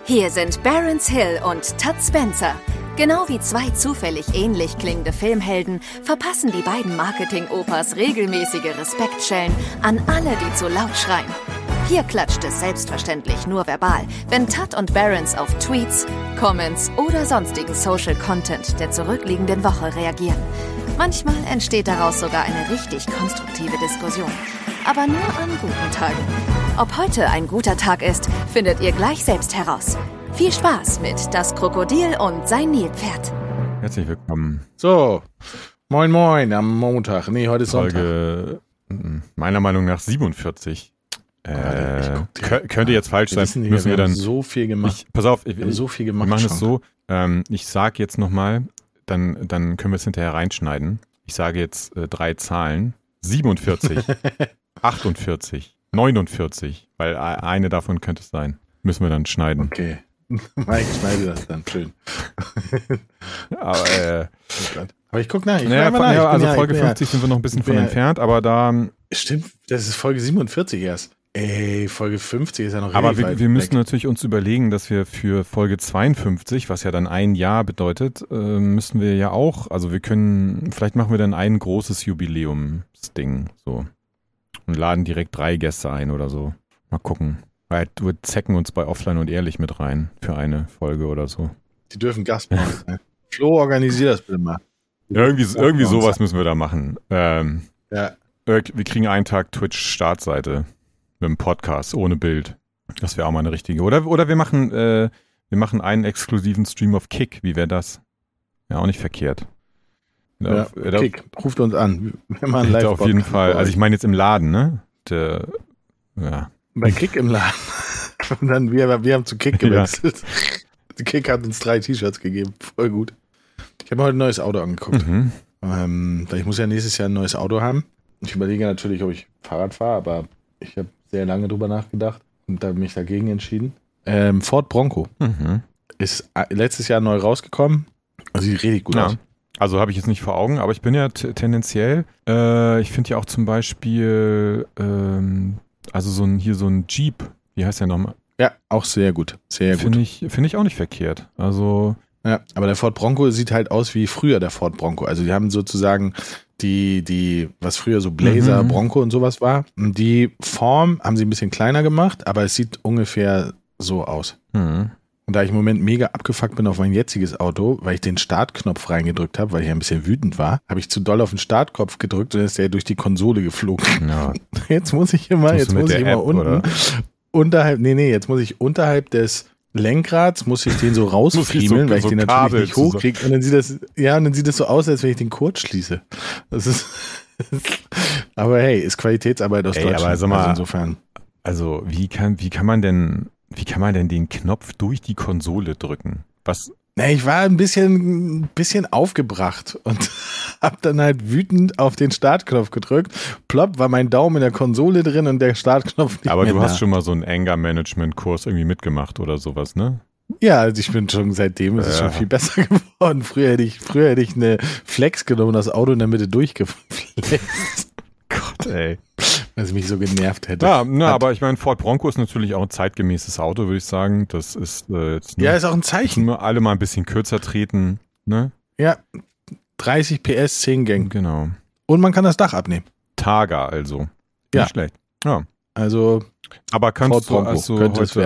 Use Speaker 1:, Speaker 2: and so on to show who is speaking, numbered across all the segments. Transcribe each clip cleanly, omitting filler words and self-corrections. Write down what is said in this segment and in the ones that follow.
Speaker 1: Hier sind Barron's Hill und Todd Spencer. Genau wie zwei zufällig ähnlich klingende Filmhelden verpassen die beiden Marketing-Opas regelmäßige Respektschellen an alle, die zu laut schreien. Hier klatscht es selbstverständlich nur verbal, wenn Todd und Barron's auf Tweets, Comments oder sonstigen Social Content der zurückliegenden Woche reagieren. Manchmal entsteht daraus sogar eine richtig konstruktive Diskussion. Aber nur an guten Tagen. Ob heute ein guter Tag ist, findet ihr gleich selbst heraus. Viel Spaß mit Das Krokodil und sein Nilpferd.
Speaker 2: Herzlich willkommen.
Speaker 3: So, moin moin am Montag. Nee, heute ist
Speaker 2: Folge, meiner Meinung nach 47. Könnte jetzt falsch sein.
Speaker 3: Müssen wir dann so viel gemacht.
Speaker 2: Pass auf,
Speaker 3: so viel gemacht.
Speaker 2: Wir machen es so. Ich sage jetzt nochmal, dann können wir es hinterher reinschneiden. Ich sage jetzt 3 Zahlen. 47, 48, 49, weil eine davon könnte es sein. Müssen wir dann schneiden.
Speaker 3: Okay. Mike schneidet das dann schön.
Speaker 2: Aber
Speaker 3: ich gucke nach.
Speaker 2: Folge 50 sind wir noch ein bisschen von entfernt, aber da...
Speaker 3: Stimmt, das ist Folge 47 erst. Ey, Folge 50 ist ja noch
Speaker 2: aber wir müssen natürlich uns überlegen, dass wir für Folge 52, was ja dann ein Jahr bedeutet, müssen wir ja auch, also vielleicht machen wir dann ein großes Jubiläumsding so und laden direkt 3 Gäste ein oder so. Mal gucken. Weil wir zecken uns bei Offline und Ehrlich mit rein für eine Folge oder so.
Speaker 3: Die dürfen Gast machen. Flo, organisier das bitte mal.
Speaker 2: Irgendwie sowas müssen wir da machen.
Speaker 3: Ja.
Speaker 2: Wir kriegen einen Tag Twitch-Startseite mit einem Podcast ohne Bild. Das wäre auch mal eine richtige. Oder wir machen einen exklusiven Stream auf Kick. Wie wäre das? Ja, auch nicht verkehrt.
Speaker 3: Kick, ruft uns an. Wir machen live
Speaker 2: auf jeden Fall. Also ich meine jetzt im Laden, ne?
Speaker 3: Bei Kick im Laden. Und dann wir haben zu Kick gewechselt. Ja. Kick hat uns 3 T-Shirts gegeben. Voll gut. Ich habe mir heute ein neues Auto angeguckt. Weil ich muss ja nächstes Jahr ein neues Auto haben. Ich überlege natürlich, ob ich Fahrrad fahre, aber ich habe sehr lange drüber nachgedacht und mich dagegen entschieden. Ford Bronco ist letztes Jahr neu rausgekommen. Also sieht richtig gut aus.
Speaker 2: Also habe ich jetzt nicht vor Augen, aber ich bin ja tendenziell, ich finde ja auch zum Beispiel, also so ein Jeep, wie heißt der nochmal?
Speaker 3: Ja, auch sehr gut. Sehr gut.
Speaker 2: Finde ich auch nicht verkehrt. Also.
Speaker 3: Ja, aber der Ford Bronco sieht halt aus wie früher der Ford Bronco. Also die haben sozusagen die was früher so Blazer, Bronco und sowas war. Die Form haben sie ein bisschen kleiner gemacht, aber es sieht ungefähr so aus. Und da ich im Moment mega abgefuckt bin auf mein jetziges Auto, weil ich den Startknopf reingedrückt habe, weil ich ein bisschen wütend war, habe ich zu doll auf den Startknopf gedrückt und ist der durch die Konsole geflogen. Ja. Jetzt muss ich immer unten jetzt muss ich unterhalb des Lenkrads, muss ich den so rausfriemeln, weil ich den natürlich nicht hochkriege. Und dann sieht das so aus, als wenn ich den kurz schließe. Das ist aber hey, ist Qualitätsarbeit aus Deutschland.
Speaker 2: Aber sag mal,
Speaker 3: also insofern.
Speaker 2: Also wie kann man denn den Knopf durch die Konsole drücken? Was?
Speaker 3: Na, ich war ein bisschen aufgebracht und hab dann halt wütend auf den Startknopf gedrückt. Plopp, war mein Daumen in der Konsole drin und der Startknopf nicht
Speaker 2: Aber
Speaker 3: mehr
Speaker 2: du
Speaker 3: da.
Speaker 2: hast schon mal so einen Anger-Management-Kurs irgendwie mitgemacht oder sowas, ne?
Speaker 3: Ja, also ich bin schon seitdem, ist es schon viel besser geworden. Früher hätte ich eine Flex genommen und das Auto in der Mitte durchgeflext.
Speaker 2: Gott, ey.
Speaker 3: Weil es mich so genervt hätte.
Speaker 2: Ja, aber ich meine, Ford Bronco ist natürlich auch ein zeitgemäßes Auto, würde ich sagen. Das ist jetzt
Speaker 3: ist auch ein Zeichen.
Speaker 2: Nur alle mal ein bisschen kürzer treten, ne?
Speaker 3: Ja, 30 PS, 10 Gang.
Speaker 2: Genau.
Speaker 3: Und man kann das Dach abnehmen.
Speaker 2: Targa also.
Speaker 3: Ja.
Speaker 2: Nicht schlecht. Ja.
Speaker 3: Also
Speaker 2: aber kannst du
Speaker 3: heute,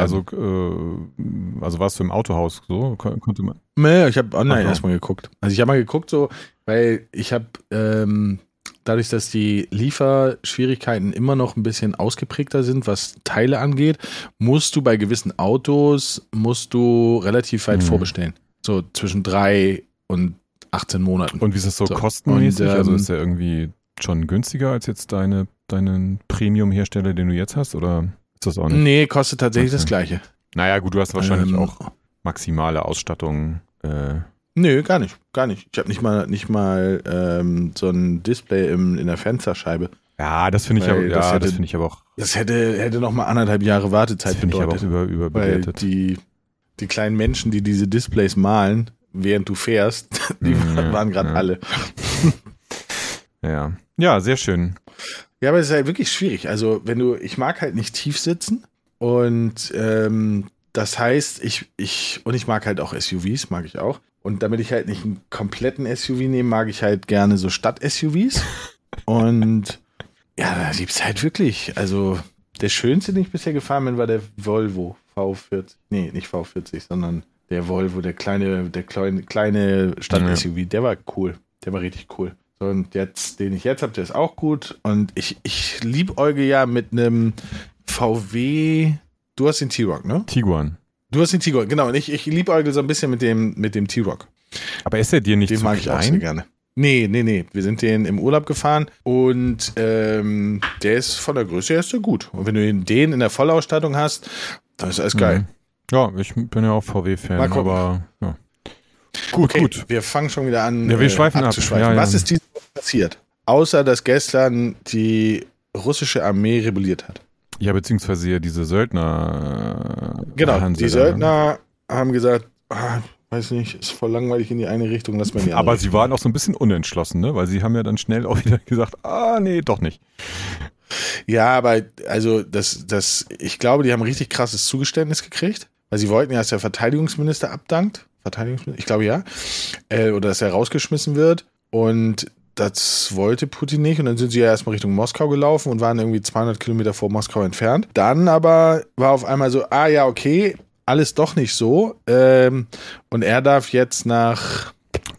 Speaker 2: also warst du im Autohaus so? Konnte man?
Speaker 3: Nee, ich habe online erstmal geguckt. Also ich habe mal geguckt so, weil ich habe dadurch, dass die Lieferschwierigkeiten immer noch ein bisschen ausgeprägter sind, was Teile angeht, musst du bei gewissen Autos relativ weit vorbestellen. So zwischen 3 und 18 Monaten.
Speaker 2: Und wie ist das so kostenmäßig? Also ist der irgendwie schon günstiger als jetzt deinen Premium-Hersteller, den du jetzt hast? Oder ist das auch nicht?
Speaker 3: Nee, kostet tatsächlich das Gleiche.
Speaker 2: Naja, gut, du hast wahrscheinlich auch maximale Ausstattung.
Speaker 3: Nö, gar nicht. Ich habe nicht mal so ein Display in der Fensterscheibe.
Speaker 2: Ja, das finde ich aber auch.
Speaker 3: Das hätte noch mal 1,5 Jahre Wartezeit bedeutet.
Speaker 2: Das finde ich aber auch überbewertet.
Speaker 3: Weil die kleinen Menschen, die diese Displays malen, während du fährst, die waren gerade alle.
Speaker 2: Ja, sehr schön.
Speaker 3: Ja, aber es ist halt wirklich schwierig. Also ich mag halt nicht tief sitzen und das heißt, ich mag halt auch SUVs, mag ich auch. Und damit ich halt nicht einen kompletten SUV nehme, mag ich halt gerne so Stadt-SUVs. Und ja, da gibt's halt wirklich, also der schönste, den ich bisher gefahren bin, war der Volvo V40. Nee, nicht V40, sondern der Volvo, der kleine Stadt-SUV. Der war cool. Der war richtig cool. So, und jetzt, den ich jetzt habe, der ist auch gut. Und ich liebäuge ja mit einem VW. Du hast den T-Roc, ne?
Speaker 2: Tiguan.
Speaker 3: Du hast den Tiguan, genau. Und ich liebäugle so ein bisschen mit dem T-Roc.
Speaker 2: Aber ist der dir nicht
Speaker 3: Den
Speaker 2: zu
Speaker 3: mag ich auch sehr
Speaker 2: klein?
Speaker 3: gerne. Nee. Wir sind den im Urlaub gefahren und der ist von der Größe her ist der gut. Und wenn du den in der Vollausstattung hast, dann ist alles geil.
Speaker 2: Ja, ich bin ja auch VW-Fan,
Speaker 3: Mal gucken.
Speaker 2: aber ja. Gut,
Speaker 3: Okay,
Speaker 2: gut.
Speaker 3: wir fangen schon wieder an
Speaker 2: Ja, wir schweifen ab.
Speaker 3: abzuschweifen.
Speaker 2: Ja, ja.
Speaker 3: Was ist diese Woche passiert? Außer, dass gestern die russische Armee rebelliert hat.
Speaker 2: Ja, beziehungsweise ja diese Söldner.
Speaker 3: Genau,
Speaker 2: Hanse
Speaker 3: die
Speaker 2: da,
Speaker 3: Söldner haben gesagt, weiß nicht, ist voll langweilig in die eine Richtung, lass mal in die andere
Speaker 2: Aber sie waren auch so ein bisschen unentschlossen, ne? Weil sie haben ja dann schnell auch wieder gesagt, nee, doch nicht.
Speaker 3: Ja, aber also ich glaube, die haben ein richtig krasses Zugeständnis gekriegt, weil sie wollten ja, dass der Verteidigungsminister abdankt. Ich glaube ja. Oder dass er rausgeschmissen wird. Und das wollte Putin nicht. Und dann sind sie ja erstmal Richtung Moskau gelaufen und waren irgendwie 200 Kilometer vor Moskau entfernt. Dann aber war auf einmal so, ja, okay, alles doch nicht so. Und er darf jetzt nach,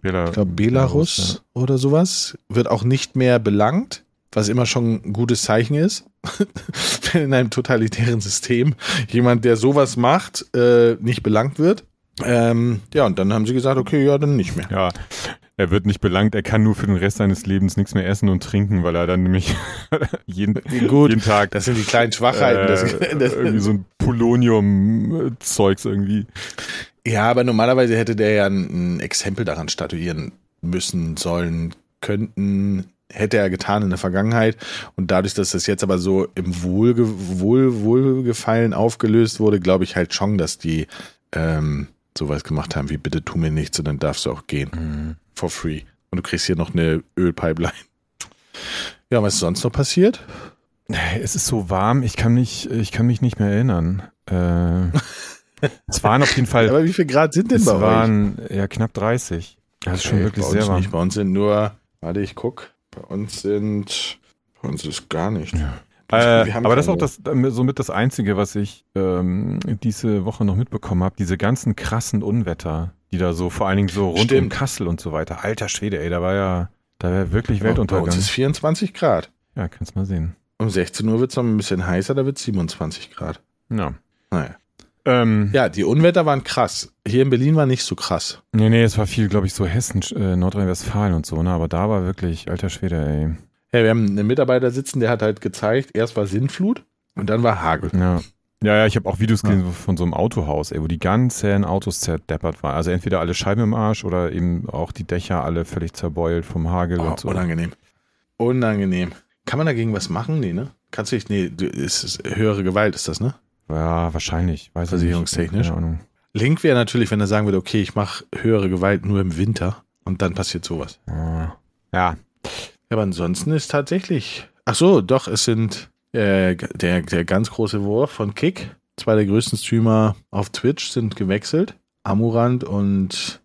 Speaker 3: Belarus oder sowas. Wird auch nicht mehr belangt, was immer schon ein gutes Zeichen ist. Wenn in einem totalitären System jemand, der sowas macht, nicht belangt wird. Ja, und dann haben sie gesagt, okay, ja, dann nicht mehr.
Speaker 2: Ja, er wird nicht belangt, er kann nur für den Rest seines Lebens nichts mehr essen und trinken, weil er dann nämlich jeden Tag
Speaker 3: Das sind die kleinen Schwachheiten. Das
Speaker 2: irgendwie so ein Polonium-Zeugs irgendwie.
Speaker 3: Ja, aber normalerweise hätte der ja ein Exempel daran statuieren müssen, sollen, könnten, hätte er getan in der Vergangenheit. Und dadurch, dass das jetzt aber so im Wohlgefallen aufgelöst wurde, glaube ich halt schon, dass die sowas gemacht haben wie, bitte tu mir nichts und dann darfst du auch gehen.
Speaker 2: Mhm.
Speaker 3: For free. Und du kriegst hier noch eine Ölpipeline. Ja, was ist sonst noch passiert?
Speaker 2: Es ist so warm, ich kann mich nicht mehr erinnern. Es waren auf jeden Fall.
Speaker 3: Aber wie viel Grad sind denn
Speaker 2: es
Speaker 3: bei euch?
Speaker 2: waren ja knapp 30. Das ist schon wirklich
Speaker 3: bei
Speaker 2: sehr
Speaker 3: uns
Speaker 2: warm.
Speaker 3: nicht. Bei uns sind nur, warte, ich guck. Bei uns ist gar nicht.
Speaker 2: Ja.
Speaker 3: Wir haben
Speaker 2: Aber das ist
Speaker 3: keine-
Speaker 2: auch somit das Einzige, was ich diese Woche noch mitbekommen habe. Diese ganzen krassen Unwetter, die da so, vor allen Dingen so rund um
Speaker 3: Stimmt.
Speaker 2: Kassel und so weiter. Alter Schwede, ey, da war wirklich
Speaker 3: Bei uns
Speaker 2: Weltuntergang.
Speaker 3: ist 24 Grad.
Speaker 2: Ja, kannst mal sehen.
Speaker 3: Um 16 Uhr wird es noch ein bisschen heißer, da wird es 27 Grad.
Speaker 2: Ja.
Speaker 3: Naja.
Speaker 2: Ja,
Speaker 3: Ja, die Unwetter waren krass. Hier in Berlin war nicht so krass.
Speaker 2: nee, es war viel, glaube ich, so Hessen, Nordrhein-Westfalen und so, ne? Aber da war wirklich, alter Schwede, ey.
Speaker 3: Ja, wir haben einen Mitarbeiter sitzen, der hat halt gezeigt, erst war Sintflut und dann war Hagel.
Speaker 2: Ja, ich habe auch Videos gesehen von so einem Autohaus, ey, wo die ganzen Autos zerdeppert waren. Also entweder alle Scheiben im Arsch oder eben auch die Dächer alle völlig zerbeult vom Hagel und so.
Speaker 3: Unangenehm. Kann man dagegen was machen? Nee, ne? Kannst du nicht, ist höhere Gewalt ist das, ne?
Speaker 2: Ja, wahrscheinlich. Weiß ich nicht.
Speaker 3: Versicherungstechnisch.
Speaker 2: Keine Ahnung.
Speaker 3: Link wäre natürlich, wenn er sagen würde, okay, ich mache höhere Gewalt nur im Winter und dann passiert sowas.
Speaker 2: Ja.
Speaker 3: Ja, aber ansonsten ist tatsächlich, ach so, doch, es sind der ganz große Wurf von Kick. 2 der größten Streamer auf Twitch sind gewechselt. Amurant und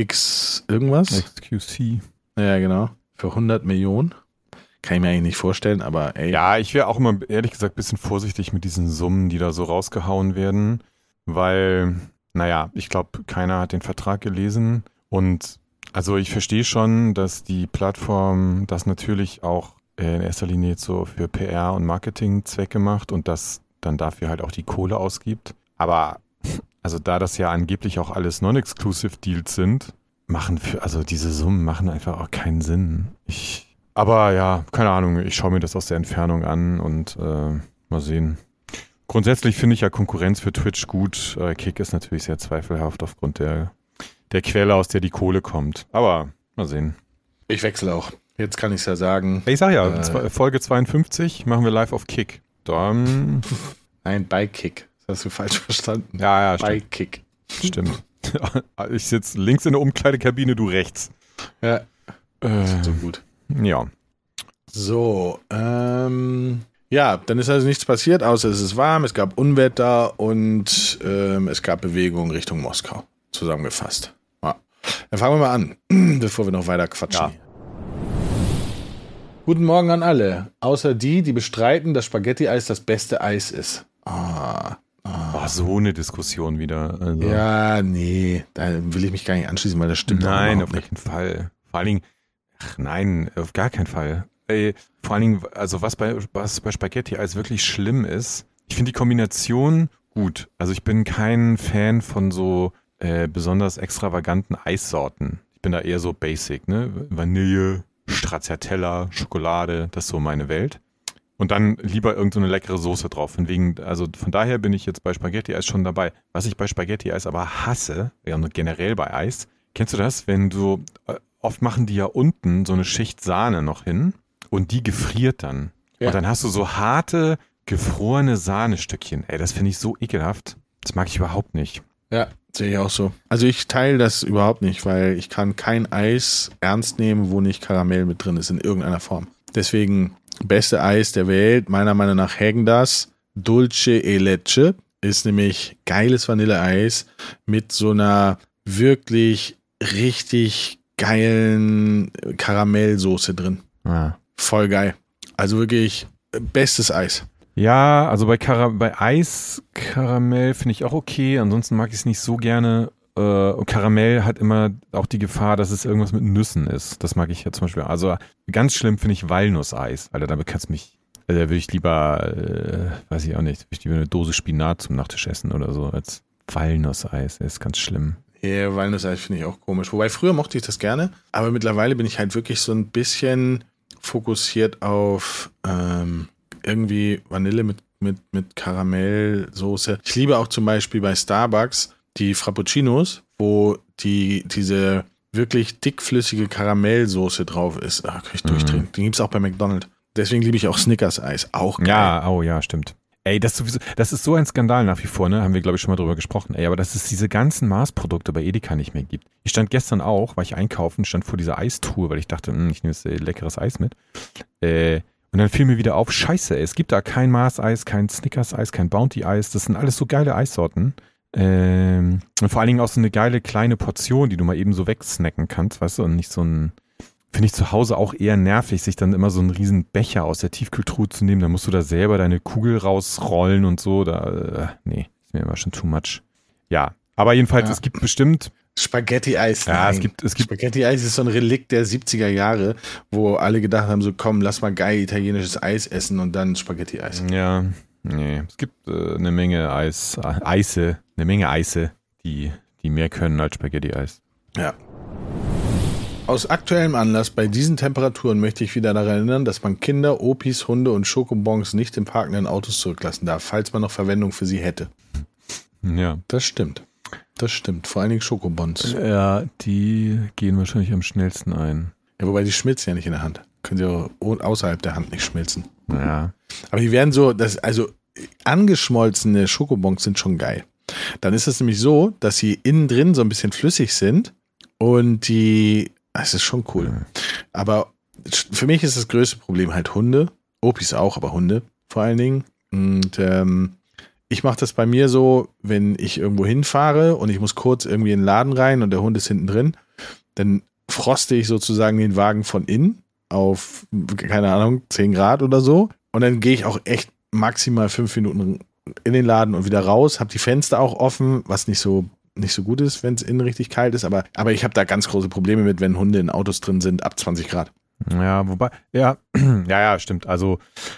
Speaker 3: X irgendwas.
Speaker 2: XQC.
Speaker 3: Ja, genau. Für 100 Millionen. Kann ich mir eigentlich nicht vorstellen, aber ey.
Speaker 2: Ja, ich wäre auch immer, ehrlich gesagt, ein bisschen vorsichtig mit diesen Summen, die da so rausgehauen werden, weil, naja, ich glaube, keiner hat den Vertrag gelesen und also ich verstehe schon, dass die Plattform das natürlich auch in erster Linie jetzt so für PR und Marketingzwecke macht und das dann dafür halt auch die Kohle ausgibt. Aber also da das ja angeblich auch alles Non-Exclusive Deals sind, also diese Summen machen einfach auch keinen Sinn. Aber ja, keine Ahnung, ich schaue mir das aus der Entfernung an und mal sehen. Grundsätzlich finde ich ja Konkurrenz für Twitch gut. Kick ist natürlich sehr zweifelhaft aufgrund der Quelle, aus der die Kohle kommt. Aber mal sehen.
Speaker 3: Ich wechsle auch. Jetzt kann ich es ja sagen.
Speaker 2: Ich sag ja, Folge 52 machen wir live auf Kick. Dann.
Speaker 3: Nein, bei Kick. Das hast du falsch verstanden.
Speaker 2: Ja,
Speaker 3: bei
Speaker 2: stimmt.
Speaker 3: Kick.
Speaker 2: Stimmt. Ich sitze links in der Umkleidekabine, du rechts.
Speaker 3: Ja, das ist so gut.
Speaker 2: Ja.
Speaker 3: So, Ja, dann ist also nichts passiert, außer es ist warm, es gab Unwetter und es gab Bewegung Richtung Moskau. Zusammengefasst. Ja. Dann fangen wir mal an, bevor wir noch weiter quatschen. Ja. Guten Morgen an alle, außer die bestreiten, dass Spaghetti-Eis das beste Eis ist.
Speaker 2: So eine Diskussion wieder. Also.
Speaker 3: Ja, nee, da will ich mich gar nicht anschließen, weil das stimmt.
Speaker 2: Nein, auf keinen Fall. Vor allen Dingen, nein, auf gar keinen Fall. Vor allen Dingen, also was bei Spaghetti-Eis wirklich schlimm ist, ich finde die Kombination gut. Also ich bin kein Fan von so besonders extravaganten Eissorten. Ich bin da eher so basic, ne? Vanille, Stracciatella, Schokolade, das ist so meine Welt. Und dann lieber irgendeine leckere Soße drauf. Also von daher bin ich jetzt bei Spaghetti-Eis schon dabei. Was ich bei Spaghetti-Eis aber hasse, ja, generell bei Eis, kennst du das? Wenn du, oft machen die ja unten so eine Schicht Sahne noch hin und die gefriert dann. Ja. Und dann hast du so harte, gefrorene Sahnestückchen. Das finde ich so ekelhaft. Das mag ich überhaupt nicht.
Speaker 3: Ja, sehe ich auch so. Also ich teile das überhaupt nicht, weil ich kann kein Eis ernst nehmen, wo nicht Karamell mit drin ist in irgendeiner Form. Deswegen beste Eis der Welt, meiner Meinung nach Häagen-Dazs Dulce e Leche, ist nämlich geiles Vanilleeis mit so einer wirklich richtig geilen Karamellsoße drin.
Speaker 2: Ja.
Speaker 3: Voll geil. Also wirklich bestes Eis.
Speaker 2: Ja, also bei Eiskaramell finde ich auch okay, ansonsten mag ich es nicht so gerne. Und Karamell hat immer auch die Gefahr, dass es irgendwas mit Nüssen ist. Das mag ich ja zum Beispiel. Also ganz schlimm finde ich Walnusseis. Alter, damit kannst du mich, da würde ich lieber, weiß ich auch nicht, würde ich lieber eine Dose Spinat zum Nachtisch essen oder so, als Walnusseis. Das ist ganz schlimm.
Speaker 3: Ja, Walnusseis finde ich auch komisch. Wobei früher mochte ich das gerne, aber mittlerweile bin ich halt wirklich so ein bisschen fokussiert auf irgendwie Vanille mit Karamellsoße. Ich liebe auch zum Beispiel bei Starbucks die Frappuccinos, wo diese wirklich dickflüssige Karamellsoße drauf ist. Kann ich durchdrehen. Den gibt es auch bei McDonald's. Deswegen liebe ich auch Snickers-Eis. Auch geil.
Speaker 2: Ja, ja, stimmt. Das ist so ein Skandal nach wie vor, ne? Haben wir, glaube ich, schon mal drüber gesprochen. Aber dass es diese ganzen Maßprodukte bei Edeka nicht mehr gibt. Ich stand gestern auch, war ich einkaufen, stand vor dieser Eistruhe, weil ich dachte, ich nehme jetzt leckeres Eis mit. Und dann fiel mir wieder auf, scheiße, es gibt da kein Mars-Eis, kein Snickers-Eis, kein Bounty-Eis. Das sind alles so geile Eissorten. Und vor allen Dingen auch so eine geile kleine Portion, die du mal eben so wegsnacken kannst, weißt du? Und nicht so ein, finde ich zu Hause auch eher nervig, sich dann immer so einen riesen Becher aus der Tiefkühltruhe zu nehmen. Da musst du da selber deine Kugel rausrollen und so. Nee, ist mir immer schon too much. Ja, aber jedenfalls, es gibt bestimmt
Speaker 3: Spaghetti-Eis.
Speaker 2: Ja, es gibt
Speaker 3: Spaghetti-Eis ist so ein Relikt der 70er Jahre, wo alle gedacht haben, so komm, lass mal geil italienisches Eis essen und dann Spaghetti-Eis.
Speaker 2: Ja, nee, es gibt eine Menge Eise, die mehr können als Spaghetti-Eis.
Speaker 3: Ja. Aus aktuellem Anlass bei diesen Temperaturen möchte ich wieder daran erinnern, dass man Kinder, Opis, Hunde und Schokobons nicht in parkenden Autos zurücklassen darf, falls man noch Verwendung für sie hätte.
Speaker 2: Ja.
Speaker 3: Das stimmt. Vor allen Dingen Schokobons.
Speaker 2: Ja, die gehen wahrscheinlich am schnellsten ein.
Speaker 3: Ja, wobei die schmilzen ja nicht in der Hand. Können sie auch außerhalb der Hand nicht schmilzen.
Speaker 2: Ja.
Speaker 3: Aber die werden also angeschmolzene Schokobons sind schon geil. Dann ist es nämlich so, dass sie innen drin so ein bisschen flüssig sind und das ist schon cool. Ja. Aber für mich ist das größte Problem halt Hunde. Opis auch, aber Hunde vor allen Dingen. Und ich mache das bei mir so, wenn ich irgendwo hinfahre und ich muss kurz irgendwie in den Laden rein und der Hund ist hinten drin, dann froste ich sozusagen den Wagen von innen auf, keine Ahnung, 10 Grad oder so. Und dann gehe ich auch echt maximal 5 Minuten in den Laden und wieder raus, habe die Fenster auch offen, was nicht so gut ist, wenn es innen richtig kalt ist, aber ich habe da ganz große Probleme mit, wenn Hunde in Autos drin sind, ab 20 Grad.
Speaker 2: Ja, wobei, ja, stimmt. Also,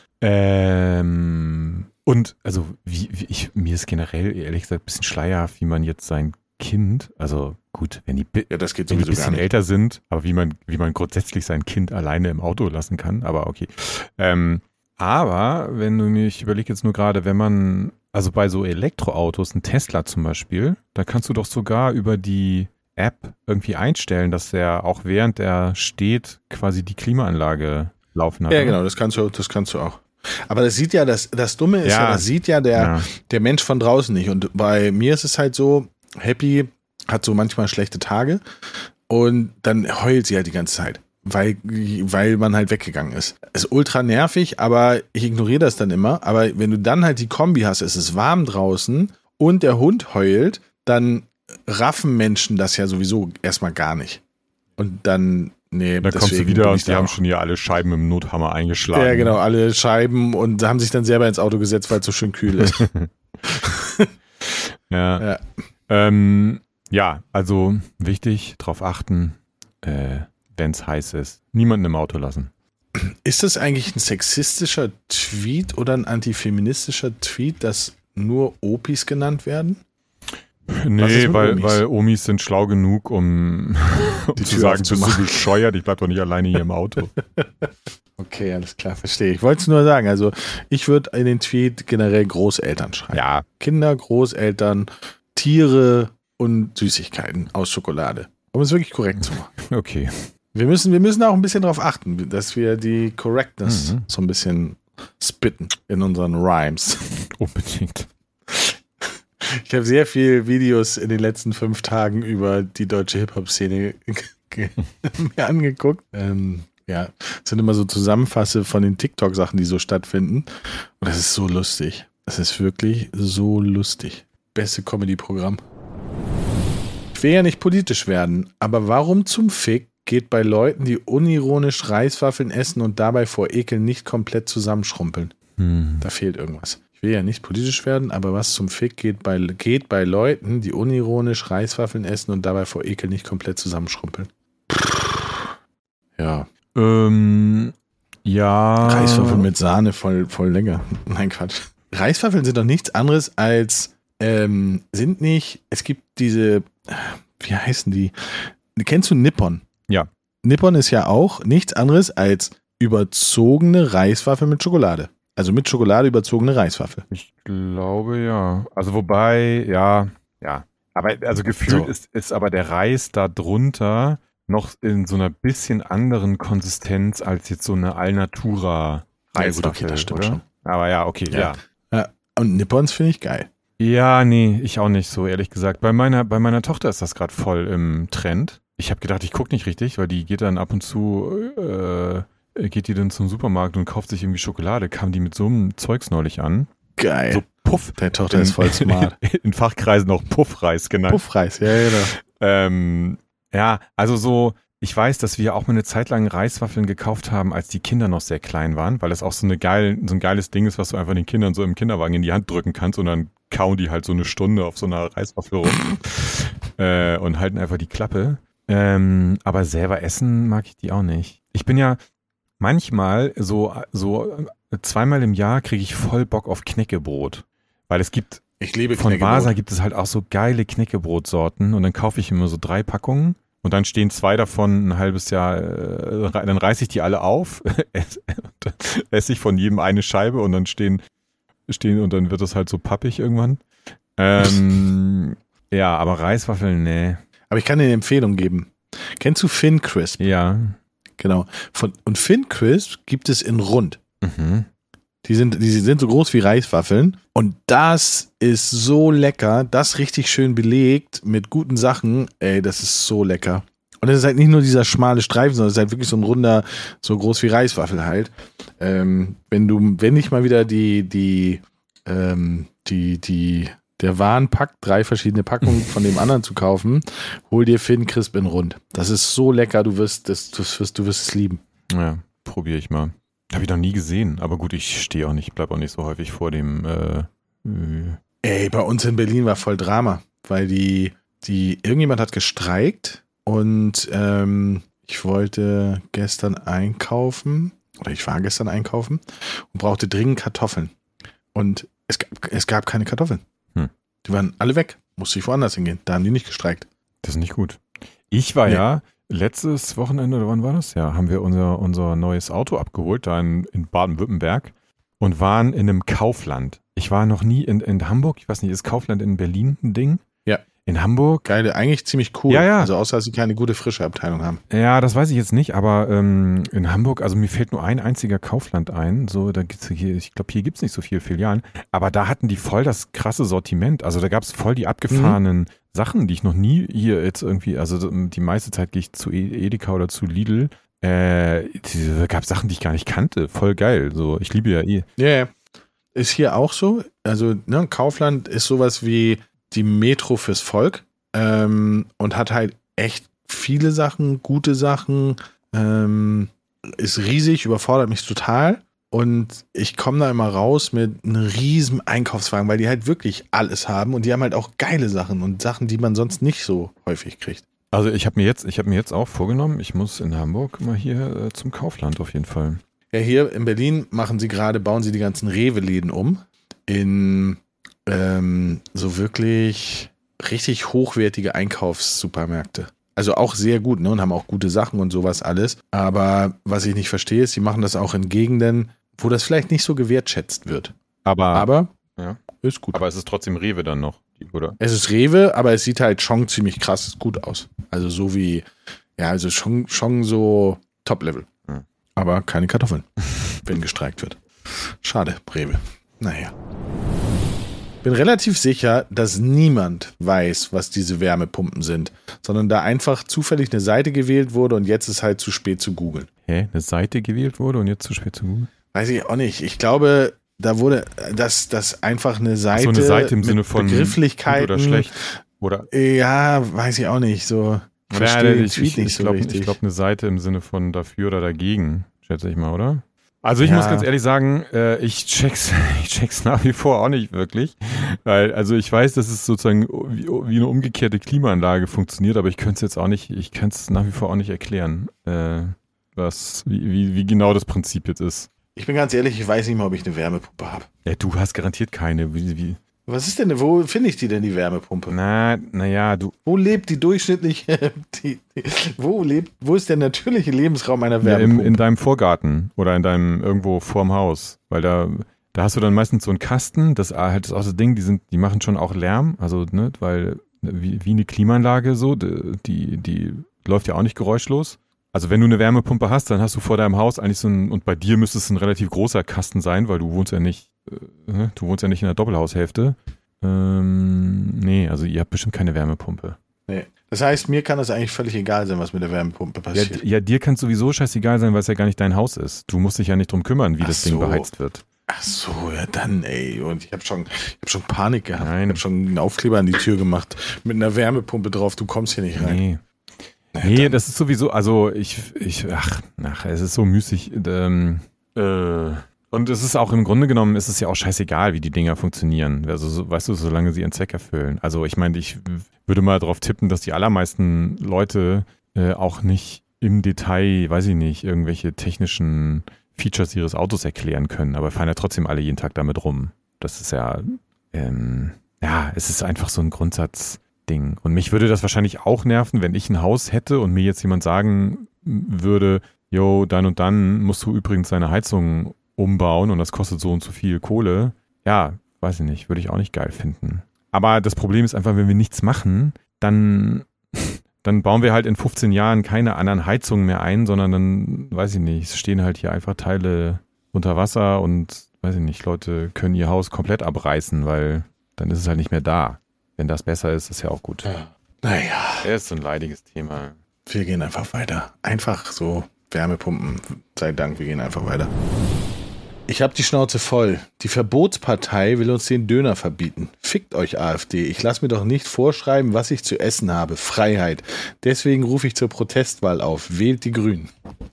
Speaker 2: und also mir ist generell ehrlich gesagt ein bisschen schleierhaft, wie man jetzt sein Kind, also gut, wenn die ein bisschen älter sind, aber wie man grundsätzlich sein Kind alleine im Auto lassen kann, aber okay. Aber ich überlege jetzt nur gerade, wenn man, also bei so Elektroautos, ein Tesla zum Beispiel, da kannst du doch sogar über die App irgendwie einstellen, dass der auch während er steht quasi die Klimaanlage laufen hat.
Speaker 3: Ja, genau, das kannst du auch. Aber das sieht ja, das Dumme ist das sieht ja der Mensch von draußen nicht. Und bei mir ist es halt so, Happy hat so manchmal schlechte Tage und dann heult sie halt die ganze Zeit. weil man halt weggegangen ist. Ist ultra nervig, aber ich ignoriere das dann immer. Aber wenn du dann halt die Kombi hast, es ist warm draußen und der Hund heult, dann raffen Menschen das ja sowieso erstmal gar nicht. Und dann,
Speaker 2: dann kommst du wieder und die haben schon hier alle Scheiben im Nothammer eingeschlagen.
Speaker 3: Ja, genau, alle Scheiben und haben sich dann selber ins Auto gesetzt, weil es so schön kühl ist.
Speaker 2: Ja. Also wichtig, drauf achten, wenn es heiß ist. Niemanden im Auto lassen.
Speaker 3: Ist das eigentlich ein sexistischer Tweet oder ein antifeministischer Tweet, dass nur Opis genannt werden?
Speaker 2: Nee, weil Omis sind schlau genug, um zu sagen, bist du bescheuert, ich bleib doch nicht alleine hier im Auto.
Speaker 3: Okay, alles klar, verstehe. Ich wollte es nur sagen, also ich würde in den Tweet generell Großeltern schreiben.
Speaker 2: Ja.
Speaker 3: Kinder, Großeltern, Tiere und Süßigkeiten aus Schokolade. Um es wirklich korrekt zu machen.
Speaker 2: Okay.
Speaker 3: Wir müssen auch ein bisschen darauf achten, dass wir die Correctness so ein bisschen spitten in unseren Rhymes.
Speaker 2: Unbedingt.
Speaker 3: Ich habe sehr viele Videos in den letzten 5 Tagen über die deutsche Hip-Hop-Szene mir angeguckt. Das sind immer so Zusammenfasse von den TikTok-Sachen, die so stattfinden. Und das ist so lustig. Das ist wirklich so lustig. Beste Comedy-Programm. Ich will ja nicht politisch werden, aber warum zum Fick geht bei Leuten, die unironisch Reiswaffeln essen und dabei vor Ekel nicht komplett zusammenschrumpeln? Da fehlt irgendwas. Ich will ja nicht politisch werden, aber was zum Fick geht bei Leuten, die unironisch Reiswaffeln essen und dabei vor Ekel nicht komplett zusammenschrumpeln? Ja.
Speaker 2: Ja.
Speaker 3: Reiswaffeln mit Sahne voll länger. Nein, Quatsch. Reiswaffeln sind doch nichts anderes als, es gibt diese, wie heißen die? Kennst du Nippon?
Speaker 2: Ja.
Speaker 3: Nippon ist ja auch nichts anderes als überzogene Reiswaffel mit Schokolade. Also mit Schokolade überzogene Reiswaffel.
Speaker 2: Ich glaube, ja. Also wobei, ja. Aber also gefühlt ist aber der Reis da drunter noch in so einer bisschen anderen Konsistenz als jetzt so eine Alnatura Reiswaffel,
Speaker 3: okay, das stimmt
Speaker 2: oder?
Speaker 3: schon.
Speaker 2: Aber ja, okay, ja.
Speaker 3: Und Nippons finde ich geil.
Speaker 2: Ja, nee, ich auch nicht so, ehrlich gesagt. Bei meiner Tochter ist das gerade voll im Trend. Ich habe gedacht, ich gucke nicht richtig, weil die geht dann ab und zu, geht die dann zum Supermarkt und kauft sich irgendwie Schokolade. Kam die mit so einem Zeugs neulich an.
Speaker 3: Geil.
Speaker 2: So Puff.
Speaker 3: Deine Tochter ist voll smart.
Speaker 2: In Fachkreisen auch Puffreis genannt.
Speaker 3: Puffreis, ja, genau.
Speaker 2: Ja, also so, ich weiß, dass wir auch mal eine Zeit lang Reiswaffeln gekauft haben, als die Kinder noch sehr klein waren, weil das auch so ein geiles Ding ist, was du einfach den Kindern so im Kinderwagen in die Hand drücken kannst und dann kauen die halt so eine Stunde auf so einer Reiswaffel rum und halten einfach die Klappe. Aber selber essen mag ich die auch nicht. Ich bin ja manchmal so 2-mal im Jahr kriege ich voll Bock auf Knäckebrot. Weil es gibt,
Speaker 3: ich liebe
Speaker 2: von
Speaker 3: Knäckebrot.
Speaker 2: Vasa gibt es halt auch so geile Knäckebrotsorten und dann kaufe ich immer so 3 Packungen und dann stehen 2 davon ein halbes Jahr, dann reiße ich die alle auf, esse ich von jedem eine Scheibe und dann stehen und dann wird das halt so pappig irgendwann. Ja, aber Reiswaffeln, nee.
Speaker 3: Aber ich kann dir eine Empfehlung geben. Kennst du Thin Crisp?
Speaker 2: Ja.
Speaker 3: Genau. Und Thin Crisp gibt es in rund.
Speaker 2: Mhm.
Speaker 3: Die sind so groß wie Reiswaffeln. Und das ist so lecker. Das richtig schön belegt mit guten Sachen. Ey, das ist so lecker. Und es ist halt nicht nur dieser schmale Streifen, sondern es ist halt wirklich so ein runder, so groß wie Reiswaffel halt. Wenn ich mal wieder der Wahn packt, 3 verschiedene Packungen von dem anderen zu kaufen, hol dir Thin Crisp in rund. Das ist so lecker, du wirst es lieben.
Speaker 2: Ja, probiere ich mal. Habe ich noch nie gesehen, aber gut, ich bleibe auch nicht so häufig vor dem.
Speaker 3: Ey, bei uns in Berlin war voll Drama, weil irgendjemand hat gestreikt und ich wollte gestern einkaufen, oder ich war gestern einkaufen und brauchte dringend Kartoffeln. Und es gab keine Kartoffeln. Die waren alle weg. Musste ich woanders hingehen. Da haben die nicht gestreikt.
Speaker 2: Das ist nicht gut. Ich war ja letztes Wochenende, oder wann war das? Ja, haben wir unser neues Auto abgeholt, da in Baden-Württemberg und waren in einem Kaufland. Ich war noch nie in Hamburg. Ich weiß nicht, ist Kaufland in Berlin ein Ding?
Speaker 3: Ja.
Speaker 2: In Hamburg?
Speaker 3: Geil, eigentlich ziemlich cool.
Speaker 2: Ja.
Speaker 3: Also außer, dass sie keine gute frische Abteilung haben.
Speaker 2: Ja, das weiß ich jetzt nicht, aber in Hamburg, also mir fällt nur ein einziger Kaufland ein. So, da gibt's ich glaube, hier gibt's nicht so viele Filialen, aber da hatten die voll das krasse Sortiment. Also da gab's voll die abgefahrenen Sachen, die ich noch nie hier jetzt irgendwie, also die meiste Zeit gehe ich zu Edeka oder zu Lidl. gab Sachen, die ich gar nicht kannte. Voll geil. So, ich liebe ja eh.
Speaker 3: Ja, ist hier auch so. Also, ne, Kaufland ist sowas wie die Metro fürs Volk und hat halt echt viele Sachen, gute Sachen, ist riesig, überfordert mich total. Und ich komme da immer raus mit einem riesen Einkaufswagen, weil die halt wirklich alles haben und die haben halt auch geile Sachen und Sachen, die man sonst nicht so häufig kriegt.
Speaker 2: Also ich habe mir jetzt auch vorgenommen, ich muss in Hamburg mal hier zum Kaufland auf jeden Fall.
Speaker 3: Ja, hier in Berlin bauen sie die ganzen Rewe-Läden um in so wirklich richtig hochwertige Einkaufssupermärkte. Also auch sehr gut, ne, und haben auch gute Sachen und sowas alles. Aber was ich nicht verstehe, ist, sie machen das auch in Gegenden, wo das vielleicht nicht so gewertschätzt wird. Aber
Speaker 2: ja.
Speaker 3: Ist gut.
Speaker 2: Aber es ist trotzdem Rewe dann noch, oder?
Speaker 3: Es ist Rewe, aber es sieht halt schon ziemlich krass gut aus. Also so wie, ja, also schon so Top-Level.
Speaker 2: Ja.
Speaker 3: Aber keine Kartoffeln, wenn gestreikt wird. Schade, Rewe. Naja. Bin relativ sicher, dass niemand weiß, was diese Wärmepumpen sind, sondern da einfach zufällig eine Seite gewählt wurde und jetzt ist halt zu spät zu googeln.
Speaker 2: Hä? Eine Seite gewählt wurde und jetzt zu spät zu googeln?
Speaker 3: Weiß ich auch nicht. Ich glaube, da wurde das einfach eine Seite,
Speaker 2: so eine Seite im Sinne von
Speaker 3: Begrifflichkeiten
Speaker 2: gut oder schlecht. Oder?
Speaker 3: Ja, weiß ich auch nicht. So verstehe den Tweet nicht so richtig.
Speaker 2: Ich glaube, eine Seite im Sinne von dafür oder dagegen, schätze ich mal, oder? Also ich muss ganz ehrlich sagen, ich check's nach wie vor auch nicht wirklich, weil, also ich weiß, dass es sozusagen wie eine umgekehrte Klimaanlage funktioniert, aber ich kann es nach wie vor auch nicht erklären, wie genau das Prinzip jetzt ist.
Speaker 3: Ich bin ganz ehrlich, ich weiß nicht mal, ob ich eine Wärmepumpe habe.
Speaker 2: Ja, du hast garantiert keine.
Speaker 3: Was ist denn, wo finde ich die denn, die Wärmepumpe?
Speaker 2: Naja,
Speaker 3: Wo lebt die durchschnittliche, wo ist der natürliche Lebensraum einer Wärmepumpe?
Speaker 2: Ja, in deinem Vorgarten oder in deinem irgendwo vorm Haus, weil da hast du dann meistens so einen Kasten, das ist auch das Ding, die machen schon auch Lärm, also, ne, weil wie eine Klimaanlage so, die läuft ja auch nicht geräuschlos. Also wenn du eine Wärmepumpe hast, dann hast du vor deinem Haus eigentlich und bei dir müsste es ein relativ großer Kasten sein, weil du wohnst ja nicht in der Doppelhaushälfte. Nee, also ihr habt bestimmt keine Wärmepumpe.
Speaker 3: Nee. Das heißt, mir kann das eigentlich völlig egal sein, was mit der Wärmepumpe passiert.
Speaker 2: Ja, dir kann es sowieso scheißegal sein, weil es ja gar nicht dein Haus ist. Du musst dich ja nicht drum kümmern, wie das Ding beheizt wird.
Speaker 3: Ach so, ja dann, ey. Und ich hab schon Panik gehabt.
Speaker 2: Nein.
Speaker 3: Ich habe schon einen Aufkleber an die Tür gemacht mit einer Wärmepumpe drauf. Du kommst hier nicht rein.
Speaker 2: Nee, das ist sowieso, also es ist so müßig. Und es ist auch im Grunde genommen, ist es ja auch scheißegal, wie die Dinger funktionieren. Also, weißt du, solange sie ihren Zweck erfüllen. Also ich meine, ich würde mal darauf tippen, dass die allermeisten Leute auch nicht im Detail, weiß ich nicht, irgendwelche technischen Features ihres Autos erklären können, aber fahren ja trotzdem alle jeden Tag damit rum. Das ist ja, es ist einfach so ein Grundsatzding. Und mich würde das wahrscheinlich auch nerven, wenn ich ein Haus hätte und mir jetzt jemand sagen würde, jo, dann und dann musst du übrigens deine Heizung umbauen und das kostet so und so viel Kohle. Ja, weiß ich nicht, würde ich auch nicht geil finden. Aber das Problem ist einfach, wenn wir nichts machen, dann bauen wir halt in 15 Jahren keine anderen Heizungen mehr ein, sondern dann, weiß ich nicht, es stehen halt hier einfach Teile unter Wasser und, weiß ich nicht, Leute können ihr Haus komplett abreißen, weil dann ist es halt nicht mehr da. Wenn das besser ist, ist ja auch gut.
Speaker 3: Ja. Naja.
Speaker 2: Das ist so ein leidiges Thema.
Speaker 3: Wir gehen einfach weiter. Einfach so Wärmepumpen, sei Dank, wir gehen einfach weiter. Ich habe die Schnauze voll. Die Verbotspartei will uns den Döner verbieten. Fickt euch, AfD. Ich lasse mir doch nicht vorschreiben, was ich zu essen habe. Freiheit. Deswegen rufe ich zur Protestwahl auf. Wählt die Grünen.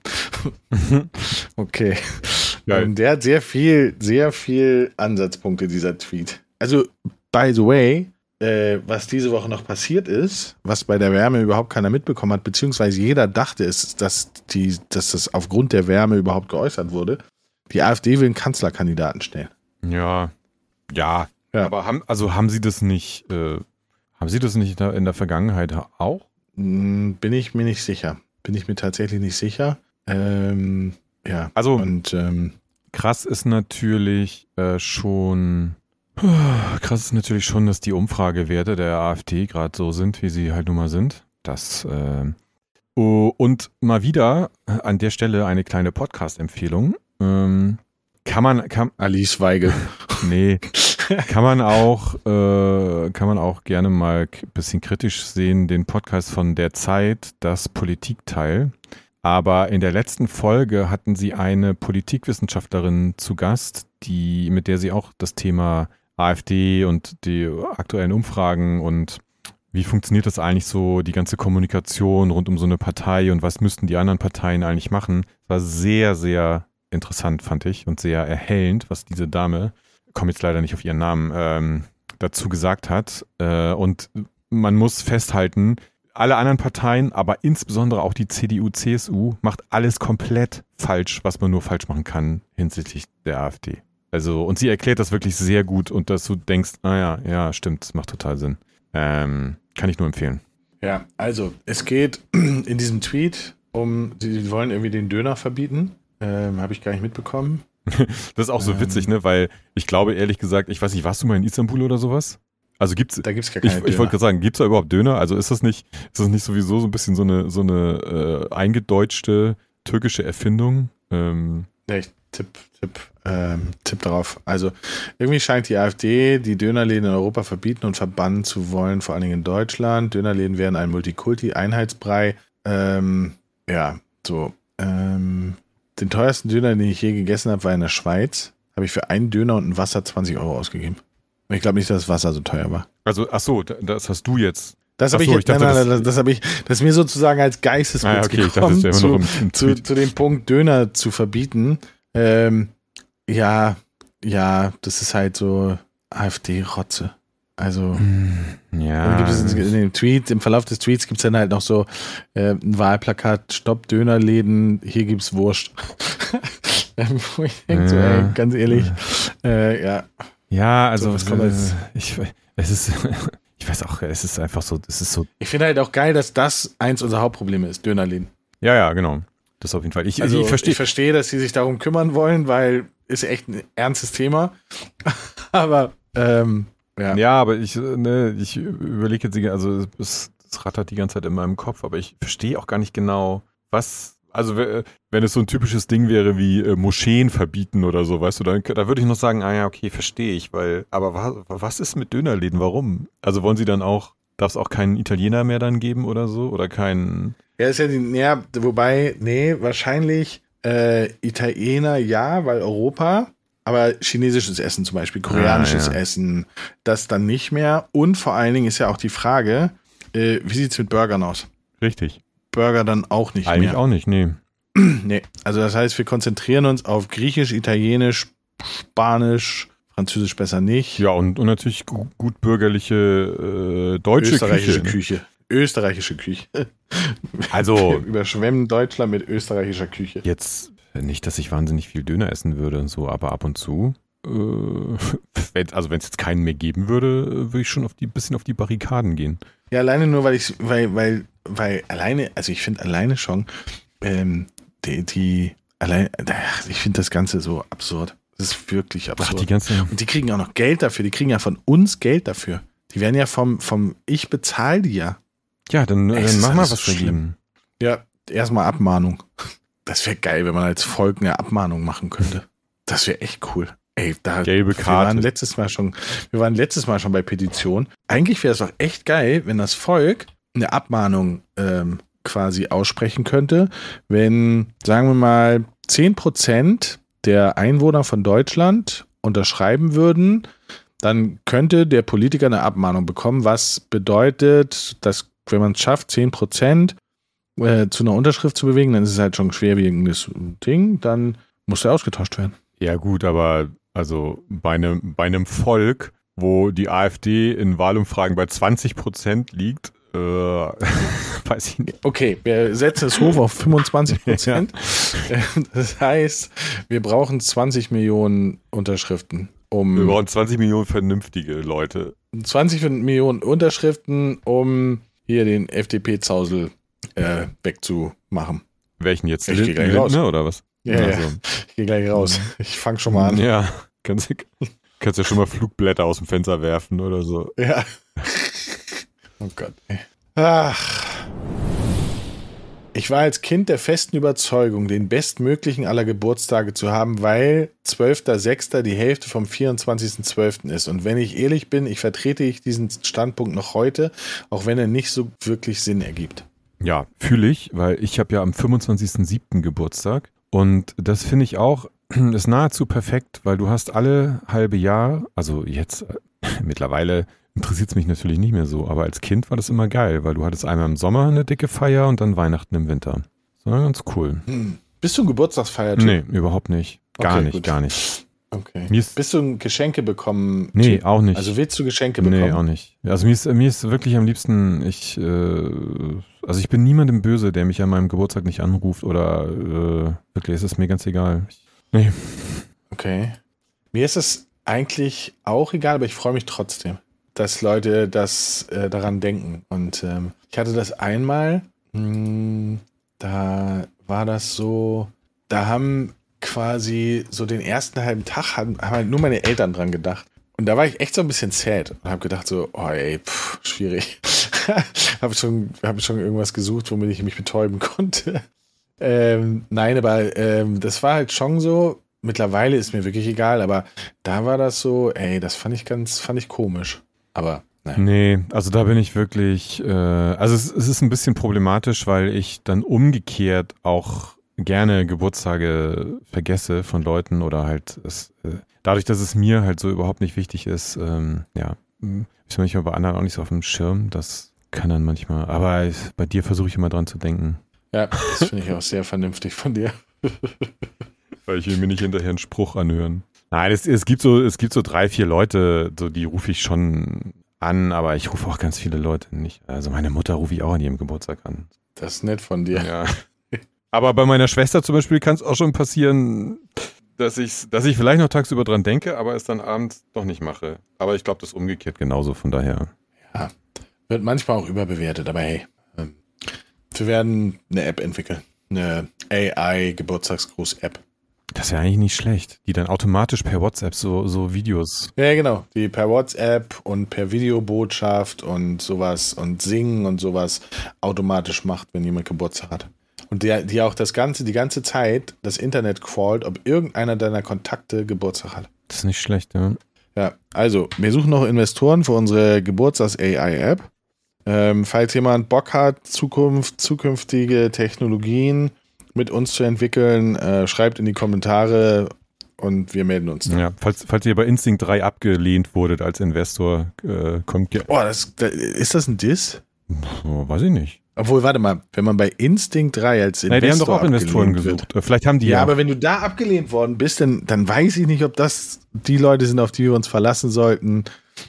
Speaker 3: Okay. Der hat sehr viel Ansatzpunkte, dieser Tweet. Also, by the way, was diese Woche noch passiert ist, was bei der Wärme überhaupt keiner mitbekommen hat, beziehungsweise jeder dachte, dass das aufgrund der Wärme überhaupt geäußert wurde. Die AfD will einen Kanzlerkandidaten stellen.
Speaker 2: Ja. Aber haben Sie das nicht, in der Vergangenheit auch?
Speaker 3: Bin ich mir nicht sicher. Bin ich mir tatsächlich nicht sicher. Ja.
Speaker 2: Also,
Speaker 3: und
Speaker 2: krass ist natürlich schon, dass die Umfragewerte der AfD gerade so sind, wie sie halt nun mal sind. Und mal wieder an der Stelle eine kleine Podcast-Empfehlung.
Speaker 3: Alice Weigel.
Speaker 2: Nee. Kann man auch gerne mal ein bisschen kritisch sehen, den Podcast von der Zeit, das Politikteil. Aber in der letzten Folge hatten sie eine Politikwissenschaftlerin zu Gast, mit der sie auch das Thema AfD und die aktuellen Umfragen und wie funktioniert das eigentlich so, die ganze Kommunikation rund um so eine Partei und was müssten die anderen Parteien eigentlich machen. Das war sehr, sehr interessant, fand ich, und sehr erhellend, was diese Dame, ich komme jetzt leider nicht auf ihren Namen, dazu gesagt hat. Und man muss festhalten, alle anderen Parteien, aber insbesondere auch die CDU, CSU, macht alles komplett falsch, was man nur falsch machen kann hinsichtlich der AfD. Also, und sie erklärt das wirklich sehr gut und dass du denkst, ja, stimmt, das macht total Sinn. Kann ich nur empfehlen.
Speaker 3: Ja, also, es geht in diesem Tweet sie wollen irgendwie den Döner verbieten. Habe ich gar nicht mitbekommen.
Speaker 2: Das ist auch so witzig, ne, weil ich glaube, ehrlich gesagt, ich weiß nicht, warst du mal in Istanbul oder sowas? Also da gibt's gar keine Döner. Ich wollte gerade sagen, gibt's da überhaupt Döner? Also ist das nicht sowieso so ein bisschen so eine eingedeutschte türkische Erfindung?
Speaker 3: Ja, ich tipp darauf. Also irgendwie scheint die AfD die Dönerläden in Europa verbieten und verbannen zu wollen, vor allen Dingen in Deutschland. Dönerläden wären ein Multikulti-Einheitsbrei. Den teuersten Döner, den ich je gegessen habe, war in der Schweiz. Habe ich für einen Döner und ein Wasser 20 Euro ausgegeben. Ich glaube nicht, dass das Wasser so teuer war.
Speaker 2: Also, das hast du jetzt.
Speaker 3: Das habe das ist mir sozusagen als Geistesblitz gekommen,
Speaker 2: ich dachte,
Speaker 3: zu dem Punkt, Döner zu verbieten. Ja, das ist halt so AfD-Rotze. Also,
Speaker 2: ja.
Speaker 3: Gibt es im Verlauf des Tweets gibt es dann halt noch so ein Wahlplakat, Stopp Dönerläden, hier gibt's Wurst. Wo ich denke, so, ey, ganz ehrlich, ja.
Speaker 2: Ja, also ich weiß auch, es ist einfach so, Ich
Speaker 3: finde halt auch geil, dass das eins unserer Hauptprobleme ist, Dönerläden.
Speaker 2: Ja, genau. Das auf jeden Fall. Ich
Speaker 3: verstehe, dass sie sich darum kümmern wollen, weil ist echt ein ernstes Thema. Aber ja.
Speaker 2: Ja, aber ich überlege jetzt, also es rattert die ganze Zeit in meinem Kopf, aber ich verstehe auch gar nicht genau, also wenn es so ein typisches Ding wäre wie Moscheen verbieten oder so, weißt du, da würde ich noch sagen, okay, verstehe ich, aber was ist mit Dönerläden, warum? Also wollen sie dann auch, darf es auch keinen Italiener mehr dann geben oder so, oder keinen...
Speaker 3: Ja, ist ja wobei, wahrscheinlich Italiener ja, weil Europa, aber chinesisches Essen zum Beispiel, koreanisches Essen, das dann nicht mehr und vor allen Dingen ist ja auch die Frage, wie sieht's mit Burgern aus?
Speaker 2: Richtig.
Speaker 3: Burger dann auch nicht
Speaker 2: Eigentlich
Speaker 3: mehr.
Speaker 2: Auch nicht, nee.
Speaker 3: Nee, also das heißt, wir konzentrieren uns auf Griechisch, Italienisch, Spanisch, Französisch besser nicht.
Speaker 2: Ja, und natürlich gut bürgerliche deutsche
Speaker 3: Küche. Österreichische Küche.
Speaker 2: Also
Speaker 3: wir überschwemmen Deutschland mit österreichischer Küche.
Speaker 2: Jetzt nicht, dass ich wahnsinnig viel Döner essen würde und so, aber ab und zu, wenn es jetzt keinen mehr geben würde, würde ich schon bisschen auf die Barrikaden gehen.
Speaker 3: Ja, alleine nur, weil alleine, also ich finde alleine schon, ich finde das Ganze so absurd. Das ist wirklich absurd. Und die kriegen auch noch Geld dafür, die kriegen ja von uns Geld dafür. Die werden ja vom ich bezahle die ja.
Speaker 2: Ja, dann mach mal was dagegen.
Speaker 3: Ja, erstmal Abmahnung. Das wäre geil, wenn man als Volk eine Abmahnung machen könnte. Das wäre echt cool. Ey,
Speaker 2: gelbe Karte.
Speaker 3: Wir waren letztes Mal schon bei Petition. Eigentlich wäre es doch echt geil, wenn das Volk eine Abmahnung quasi aussprechen könnte, wenn, sagen wir mal, 10% der Einwohner von Deutschland unterschreiben würden, dann könnte der Politiker eine Abmahnung bekommen, was bedeutet, dass, wenn man es schafft, 10% zu einer Unterschrift zu bewegen, dann ist es halt schon ein schwerwiegendes Ding, dann muss er ausgetauscht werden.
Speaker 2: Ja gut, aber also bei einem Volk, wo die AfD in Wahlumfragen bei 20% liegt, weiß ich nicht.
Speaker 3: Okay, wir setzen es hoch auf 25%. Das heißt, wir brauchen 20 Millionen Unterschriften.
Speaker 2: Wir brauchen 20 Millionen vernünftige Leute. 20
Speaker 3: Millionen Unterschriften, um hier den FDP-Zausel wegzumachen.
Speaker 2: Welchen jetzt?
Speaker 3: Ich gehe gleich raus.
Speaker 2: Oder was?
Speaker 3: Ja, also. Ich gehe gleich raus. Ich fange schon mal an.
Speaker 2: Ja, kannst ja schon mal Flugblätter aus dem Fenster werfen oder so.
Speaker 3: Ja. Oh Gott. Ach. Ich war als Kind der festen Überzeugung, den bestmöglichen aller Geburtstage zu haben, weil 12.06. die Hälfte vom 24.12. ist. Und wenn ich ehrlich bin, ich vertrete diesen Standpunkt noch heute, auch wenn er nicht so wirklich Sinn ergibt.
Speaker 2: Ja, fühle ich, weil ich habe ja am 25.07. Geburtstag und das finde ich auch, ist nahezu perfekt, weil du hast alle halbe Jahr, also jetzt mittlerweile interessiert es mich natürlich nicht mehr so, aber als Kind war das immer geil, weil du hattest einmal im Sommer eine dicke Feier und dann Weihnachten im Winter. Das war ganz cool.
Speaker 3: Bist du ein Geburtstagsfeiertyp?
Speaker 2: Nee, überhaupt nicht. Gar
Speaker 3: Okay,
Speaker 2: nicht,
Speaker 3: gut.
Speaker 2: gar nicht.
Speaker 3: Okay.
Speaker 2: Bist
Speaker 3: Bist du ein Geschenke bekommen?
Speaker 2: Nee,
Speaker 3: Typ?
Speaker 2: auch nicht.
Speaker 3: Also willst du Geschenke bekommen?
Speaker 2: Nee, auch nicht. Also mir ist wirklich am liebsten, ich bin niemandem böse, der mich an meinem Geburtstag nicht anruft oder wirklich, es ist mir ganz egal. Nee.
Speaker 3: Okay. Mir ist es eigentlich auch egal, aber ich freue mich trotzdem, dass Leute daran denken. Und ich hatte das einmal, da war das so, da haben quasi so den ersten halben Tag haben halt nur meine Eltern dran gedacht. Und da war ich echt so ein bisschen sad und habe gedacht so, oh ey, schwierig. Habe schon irgendwas gesucht, womit ich mich betäuben konnte. Nein, aber das war halt schon so, mittlerweile ist mir wirklich egal, aber da war das so, ey, das fand ich komisch. Aber nein.
Speaker 2: Nee, also da bin ich wirklich, also es ist ein bisschen problematisch, weil ich dann umgekehrt auch gerne Geburtstage vergesse von Leuten oder halt dadurch, dass es mir halt so überhaupt nicht wichtig ist, ist manchmal bei anderen auch nicht so auf dem Schirm, das kann dann manchmal, aber bei dir versuche ich immer dran zu denken.
Speaker 3: Ja, das finde ich auch sehr vernünftig von dir.
Speaker 2: Weil ich will mir nicht hinterher einen Spruch anhören. Nein, es gibt so 3-4 Leute, so die rufe ich schon an, aber ich rufe auch ganz viele Leute nicht. Also meine Mutter rufe ich auch an ihrem Geburtstag an.
Speaker 3: Das ist nett von dir.
Speaker 2: Ja. Aber bei meiner Schwester zum Beispiel kann es auch schon passieren, dass ich vielleicht noch tagsüber dran denke, aber es dann abends doch nicht mache. Aber ich glaube, das ist umgekehrt genauso, von daher.
Speaker 3: Ja, wird manchmal auch überbewertet, aber hey, wir werden eine App entwickeln. Eine AI-Geburtstagsgruß-App.
Speaker 2: Das ist ja eigentlich nicht schlecht, die dann automatisch per WhatsApp so Videos.
Speaker 3: Ja, genau. Die per WhatsApp und per Videobotschaft und sowas und Singen und sowas automatisch macht, wenn jemand Geburtstag hat. Und die auch die ganze Zeit das Internet crawlt, ob irgendeiner deiner Kontakte Geburtstag hat.
Speaker 2: Das ist nicht schlecht, ja.
Speaker 3: Ja, also, wir suchen noch Investoren für unsere Geburtstags-AI-App. Falls jemand Bock hat, zukünftige Technologien mit uns zu entwickeln, schreibt in die Kommentare und wir melden uns dann.
Speaker 2: Ja, falls ihr bei Instinct 3 abgelehnt wurdet als Investor, kommt ihr.
Speaker 3: Oh, ist das ein Diss?
Speaker 2: Oh, weiß ich nicht.
Speaker 3: Obwohl, warte mal, wenn man bei Instinct 3 als Investor
Speaker 2: Die haben doch auch Investoren
Speaker 3: abgelehnt
Speaker 2: gesucht. Vielleicht haben die
Speaker 3: ja, aber wenn du da abgelehnt worden bist, dann weiß ich nicht, ob das die Leute sind, auf die wir uns verlassen sollten.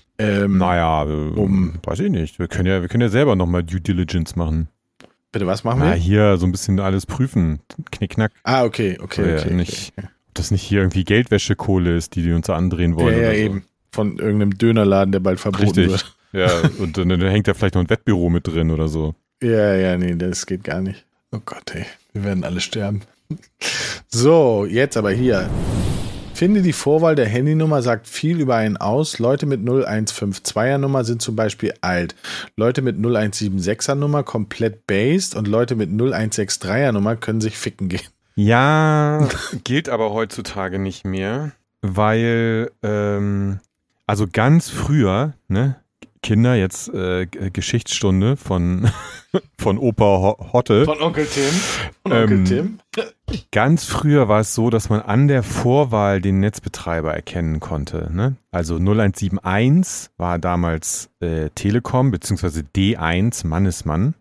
Speaker 2: Weiß ich nicht. Wir können ja selber nochmal Due Diligence machen.
Speaker 3: Bitte, was machen wir?
Speaker 2: Hier so ein bisschen alles prüfen. Knickknack.
Speaker 3: Ah, okay.
Speaker 2: Ob das nicht hier irgendwie Geldwäschekohle ist, die uns andrehen wollen.
Speaker 3: Ja,
Speaker 2: oder so.
Speaker 3: eben. Von irgendeinem Dönerladen, der bald verboten wird.
Speaker 2: Ja, und dann hängt da vielleicht noch ein Wettbüro mit drin oder so.
Speaker 3: Ja, nee, das geht gar nicht. Oh Gott, ey, wir werden alle sterben. So, jetzt aber hier. Finde die Vorwahl der Handynummer sagt viel über einen aus. Leute mit 0152er Nummer sind zum Beispiel alt. Leute mit 0176er Nummer komplett based und Leute mit 0163er Nummer können sich ficken gehen.
Speaker 2: Ja, gilt aber heutzutage nicht mehr, weil, also ganz früher, ne, Kinder, jetzt Geschichtsstunde von Opa Hotte.
Speaker 3: Von Onkel Tim.
Speaker 2: Ganz früher war es so, dass man an der Vorwahl den Netzbetreiber erkennen konnte. Ne? Also 0171 war damals Telekom, beziehungsweise D1 Mannesmann.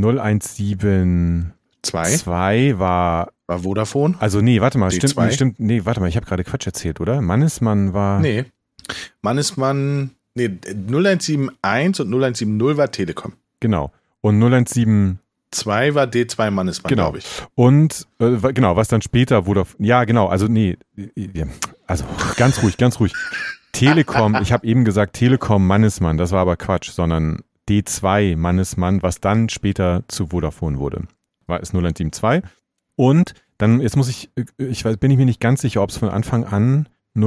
Speaker 2: 0172 war
Speaker 3: Vodafone?
Speaker 2: Also nee, warte mal,
Speaker 3: D2?
Speaker 2: stimmt, nee, warte mal, ich habe gerade Quatsch erzählt, oder? Mannesmann war...
Speaker 3: Nee, 0171 und 0170 war Telekom.
Speaker 2: Genau. Und 0172
Speaker 3: war D2 Mannesmann,
Speaker 2: genau.
Speaker 3: Glaube ich.
Speaker 2: Und genau, was dann später wurde... Ja, genau, also nee, also ganz ruhig. Telekom, ich habe eben gesagt Telekom Mannesmann, das war aber Quatsch, sondern D2 Mannesmann, was dann später zu Vodafone wurde. Ist 0172. Und dann, jetzt bin ich mir nicht ganz sicher, ob es von Anfang an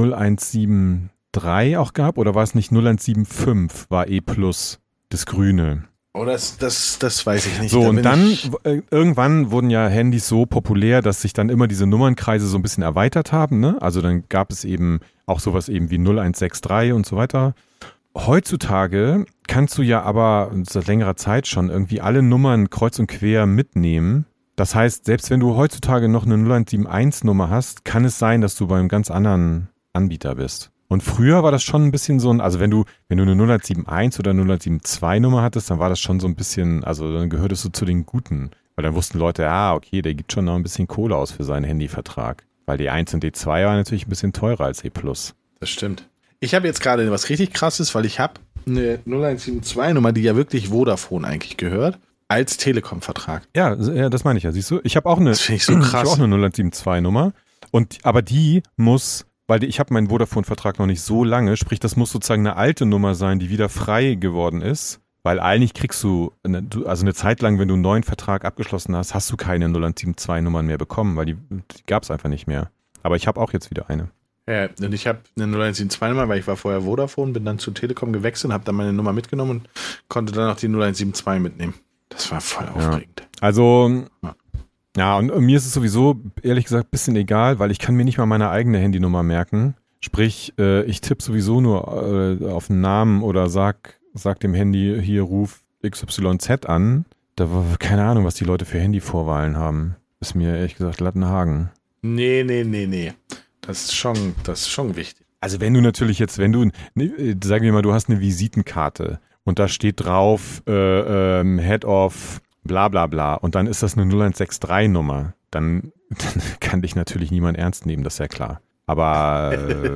Speaker 2: 0173 auch gab oder war es nicht 0175 war E+, das Grüne.
Speaker 3: Oh, das weiß ich nicht.
Speaker 2: So, und dann irgendwann wurden ja Handys so populär, dass sich dann immer diese Nummernkreise so ein bisschen erweitert haben. Ne? Also dann gab es eben auch sowas eben wie 0163 und so weiter. heutzutage kannst du ja aber seit längerer Zeit schon irgendwie alle Nummern kreuz und quer mitnehmen. Das heißt, selbst wenn du heutzutage noch eine 0171-Nummer hast, kann es sein, dass du beim ganz anderen Anbieter bist. Und früher war das schon ein bisschen so also wenn du eine 0171 oder 0172-Nummer hattest, dann war das schon so ein bisschen, also dann gehörtest du zu den Guten. Weil dann wussten Leute, okay, der gibt schon noch ein bisschen Kohle aus für seinen Handyvertrag. Weil D1 und D2 war natürlich ein bisschen teurer als D+.
Speaker 3: Das stimmt. Ich habe jetzt gerade was richtig Krasses, weil ich habe eine 0172-Nummer, die ja wirklich Vodafone eigentlich gehört, als Telekom-Vertrag.
Speaker 2: Ja, das meine ich ja. Siehst du, ich habe auch eine,
Speaker 3: das finde ich so krass.
Speaker 2: Ich habe auch eine 0172-Nummer. Aber die muss, weil ich habe meinen Vodafone-Vertrag noch nicht so lange, sprich, das muss sozusagen eine alte Nummer sein, die wieder frei geworden ist. Weil eigentlich kriegst du, also eine Zeit lang, wenn du einen neuen Vertrag abgeschlossen hast, hast du keine 0172-Nummern mehr bekommen, weil die gab es einfach nicht mehr. Aber ich habe auch jetzt wieder eine.
Speaker 3: Ja, und ich habe eine 0172-Nummer, weil ich war vorher Vodafone, bin dann zu Telekom gewechselt, habe dann meine Nummer mitgenommen und konnte dann auch die 0172 mitnehmen. Das war voll aufregend.
Speaker 2: Ja. Also, ja, und mir ist es sowieso, ehrlich gesagt, ein bisschen egal, weil ich kann mir nicht mal meine eigene Handynummer merken. Sprich, ich tippe sowieso nur auf einen Namen oder sag dem Handy, hier ruf XYZ an. Da war keine Ahnung, was die Leute für Handyvorwahlen haben. Ist mir ehrlich gesagt Lattenhagen.
Speaker 3: Nee. Das ist schon wichtig.
Speaker 2: Also wenn du, sagen wir mal, du hast eine Visitenkarte und da steht drauf Head of bla bla bla und dann ist das eine 0163-Nummer, dann kann dich natürlich niemand ernst nehmen, das ist ja klar. Aber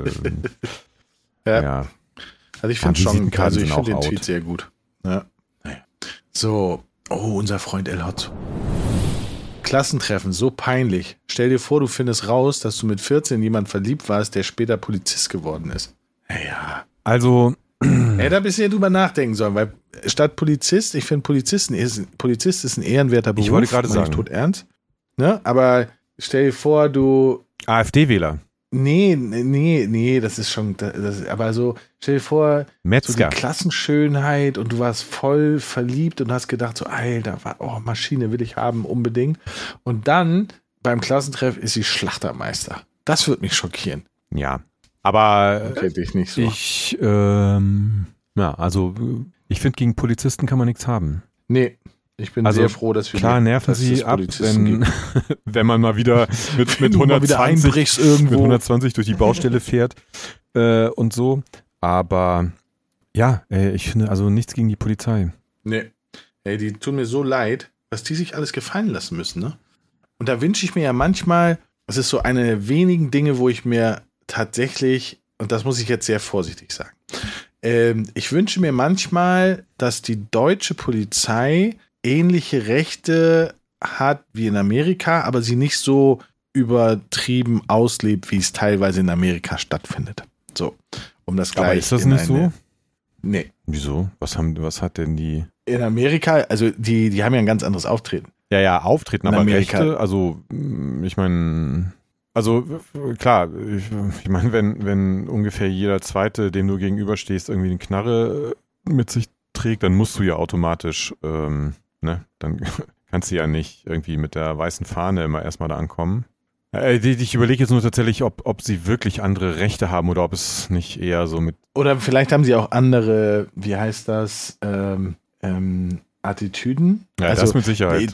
Speaker 2: ja.
Speaker 3: Also ich finde schon, also ich finde den Tweet sehr gut. Ja. So, unser Freund El Hotzo. Klassentreffen, so peinlich. Stell dir vor, du findest raus, dass du mit 14 jemand verliebt warst, der später Polizist geworden ist. Ja.
Speaker 2: Also.
Speaker 3: Da bist du ja drüber nachdenken sollen, weil statt Polizist, ich finde Polizist ist ein ehrenwerter Beruf.
Speaker 2: Ich wollte gerade sagen.
Speaker 3: Tot ernst. Ne? Aber stell dir vor, du.
Speaker 2: AfD-Wähler.
Speaker 3: Nee, das ist schon, aber so, stell dir vor,
Speaker 2: Metzger.
Speaker 3: So die Klassenschönheit und du warst voll verliebt und hast gedacht so, Alter, Maschine will ich haben, unbedingt. Und dann beim Klassentreff ist sie Schlachtermeister. Das würde mich schockieren.
Speaker 2: Ja, aber
Speaker 3: hätte ich nicht so.
Speaker 2: Ich finde, gegen Polizisten kann man nichts haben.
Speaker 3: Nee. Ich bin sehr froh, dass wir
Speaker 2: klar nerven sie ab, wenn man mal wieder mit 120 durch die Baustelle fährt und so. Aber ja, ich finde also nichts gegen die Polizei.
Speaker 3: Nee, die tun mir so leid, was die sich alles gefallen lassen müssen. Ne? Und da wünsche ich mir ja manchmal, das ist so eine der wenigen Dinge, wo ich mir tatsächlich, und das muss ich jetzt sehr vorsichtig sagen, ich wünsche mir manchmal, dass die deutsche Polizei ähnliche Rechte hat wie in Amerika, aber sie nicht so übertrieben auslebt, wie es teilweise in Amerika stattfindet. So, um das gleich.
Speaker 2: Aber ist das nicht so?
Speaker 3: Nee.
Speaker 2: Wieso? Was hat denn die?
Speaker 3: In Amerika, also die haben ja ein ganz anderes Auftreten.
Speaker 2: Ja, Auftreten,
Speaker 3: in
Speaker 2: aber
Speaker 3: Amerika.
Speaker 2: Rechte, also ich meine, also klar, ich meine, wenn ungefähr jeder Zweite, dem du gegenüberstehst, irgendwie eine Knarre mit sich trägt, dann musst du ja automatisch dann kannst du ja nicht irgendwie mit der weißen Fahne immer erstmal da ankommen. Ich überlege jetzt nur tatsächlich, ob sie wirklich andere Rechte haben oder ob es nicht eher so mit...
Speaker 3: Oder vielleicht haben sie auch andere, wie heißt das, Attitüden?
Speaker 2: Ja, also, das mit Sicherheit.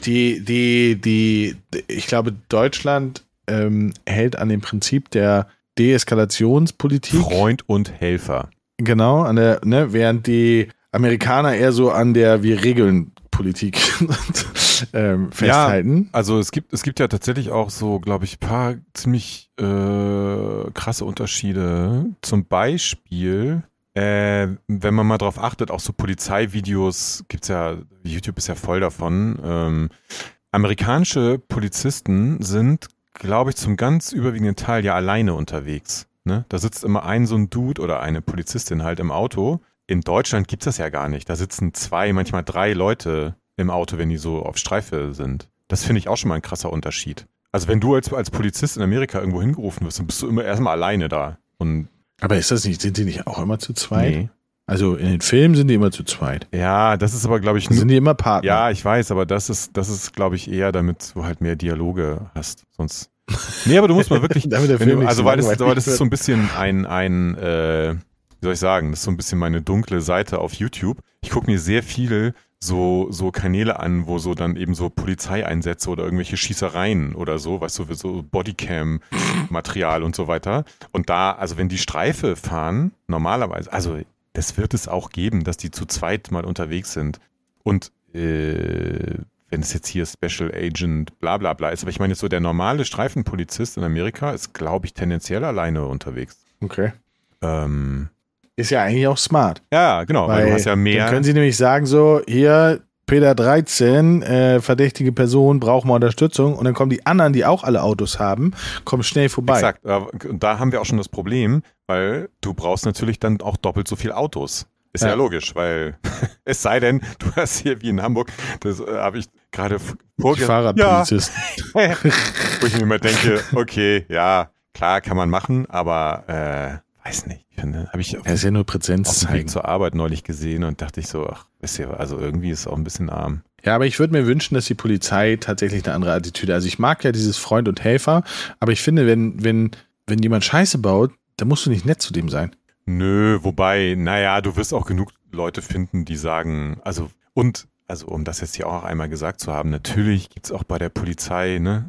Speaker 3: Ich glaube, Deutschland hält an dem Prinzip der Deeskalationspolitik.
Speaker 2: Freund und Helfer.
Speaker 3: Genau, während die Amerikaner eher so an der wir regeln Politik festhalten.
Speaker 2: Ja, also es gibt ja tatsächlich auch so, glaube ich, ein paar ziemlich krasse Unterschiede. Zum Beispiel, wenn man mal drauf achtet, auch so Polizeivideos gibt's ja, YouTube ist ja voll davon. Amerikanische Polizisten sind, glaube ich, zum ganz überwiegenden Teil ja alleine unterwegs. Ne? Da sitzt immer so ein Dude oder eine Polizistin halt im Auto. In Deutschland gibt's das ja gar nicht. Da sitzen 2, manchmal 3 Leute im Auto, wenn die so auf Streife sind. Das finde ich auch schon mal ein krasser Unterschied. Also wenn du als Polizist in Amerika irgendwo hingerufen wirst, dann bist du immer erstmal alleine da.
Speaker 3: Aber ist das nicht, sind die nicht auch immer zu zweit?
Speaker 2: Nee.
Speaker 3: Also in den Filmen sind die immer zu zweit.
Speaker 2: Ja, das ist aber, glaube ich...
Speaker 3: Sind die immer Partner?
Speaker 2: Ja, ich weiß, aber das ist glaube ich, eher, damit du halt mehr Dialoge hast. Sonst... Nee, aber du musst mal wirklich...
Speaker 3: weil das
Speaker 2: ist so ein bisschen wie wie soll ich sagen, das ist so ein bisschen meine dunkle Seite auf YouTube. Ich gucke mir sehr viel so Kanäle an, wo so dann eben so Polizeieinsätze oder irgendwelche Schießereien oder so, weißt du, so Bodycam-Material und so weiter. Und da, also wenn die Streife fahren, normalerweise, also das wird es auch geben, dass die zu zweit mal unterwegs sind. Und wenn es jetzt hier Special Agent bla bla bla ist, aber ich meine jetzt so der normale Streifenpolizist in Amerika ist, glaube ich, tendenziell alleine unterwegs.
Speaker 3: Okay. Ist ja eigentlich auch smart.
Speaker 2: Ja, genau, weil du hast ja mehr.
Speaker 3: Dann können sie nämlich sagen so, hier Peter 13, verdächtige Person, brauchen wir Unterstützung und dann kommen die anderen, die auch alle Autos haben, kommen schnell vorbei.
Speaker 2: Exakt, und da haben wir auch schon das Problem, weil du brauchst natürlich dann auch doppelt so viel Autos. Ist ja logisch, weil es sei denn, du hast hier wie in Hamburg, das habe ich gerade
Speaker 3: Fahrradpolizisten.
Speaker 2: Ja. Wo ich mir immer denke, okay, ja, klar kann man machen, aber weiß nicht. Habe ich
Speaker 3: ist ja nur Präsenz
Speaker 2: auf dem Weg zur Arbeit neulich gesehen und dachte ich so, ach, wisst ihr, also irgendwie ist es auch ein bisschen arm.
Speaker 3: Ja, aber ich würde mir wünschen, dass die Polizei tatsächlich eine andere Attitüde, also ich mag ja dieses Freund und Helfer, aber ich finde, wenn jemand Scheiße baut, dann musst du nicht nett zu dem sein.
Speaker 2: Nö, wobei, naja, du wirst auch genug Leute finden, die sagen, also um das jetzt hier auch einmal gesagt zu haben, natürlich gibt's auch bei der Polizei, ne,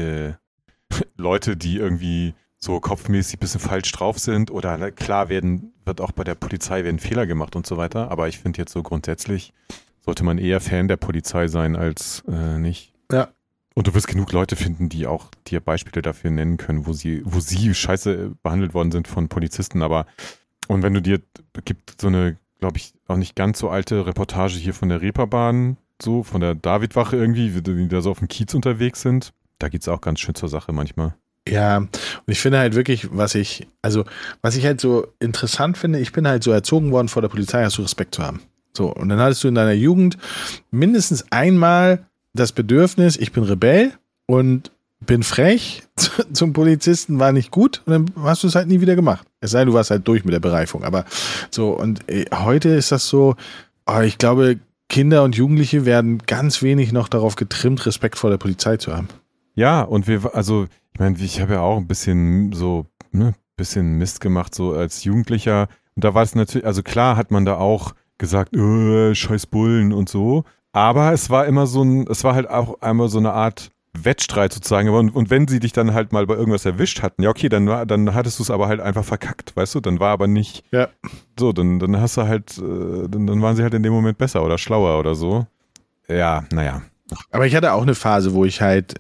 Speaker 2: Leute, die irgendwie so kopfmäßig ein bisschen falsch drauf sind oder klar wird auch bei der Polizei werden Fehler gemacht und so weiter, aber ich finde jetzt so grundsätzlich sollte man eher Fan der Polizei sein als nicht.
Speaker 3: Ja.
Speaker 2: Und du wirst genug Leute finden, die auch dir Beispiele dafür nennen können, wo sie scheiße behandelt worden sind von Polizisten, aber und wenn du gibt so eine, glaube ich, auch nicht ganz so alte Reportage hier von der Reeperbahn, so von der Davidwache irgendwie, wie die da so auf dem Kiez unterwegs sind, da geht's auch ganz schön zur Sache manchmal.
Speaker 3: Ja, und ich finde halt wirklich, was ich halt so interessant finde, ich bin halt so erzogen worden, vor der Polizei hast du Respekt zu haben. So, und dann hattest du in deiner Jugend mindestens einmal das Bedürfnis, ich bin Rebell und bin frech zum Polizisten, war nicht gut und dann hast du es halt nie wieder gemacht. Es sei denn, du warst halt durch mit der Bereifung. Aber so, und heute ist das so, ich glaube, Kinder und Jugendliche werden ganz wenig noch darauf getrimmt, Respekt vor der Polizei zu haben.
Speaker 2: Ja, und ich meine, ich habe ja auch ein bisschen so, ne, bisschen Mist gemacht, so als Jugendlicher. Und da war es natürlich, also klar hat man da auch gesagt, scheiß Bullen und so. Aber es war halt auch einmal so eine Art Wettstreit sozusagen. Und wenn sie dich dann halt mal bei irgendwas erwischt hatten, ja okay, dann hattest du es aber halt einfach verkackt, weißt du? Dann war aber nicht so, dann hast du halt, dann waren sie halt in dem Moment besser oder schlauer oder so. Ja, naja.
Speaker 3: Aber ich hatte auch eine Phase, wo ich halt,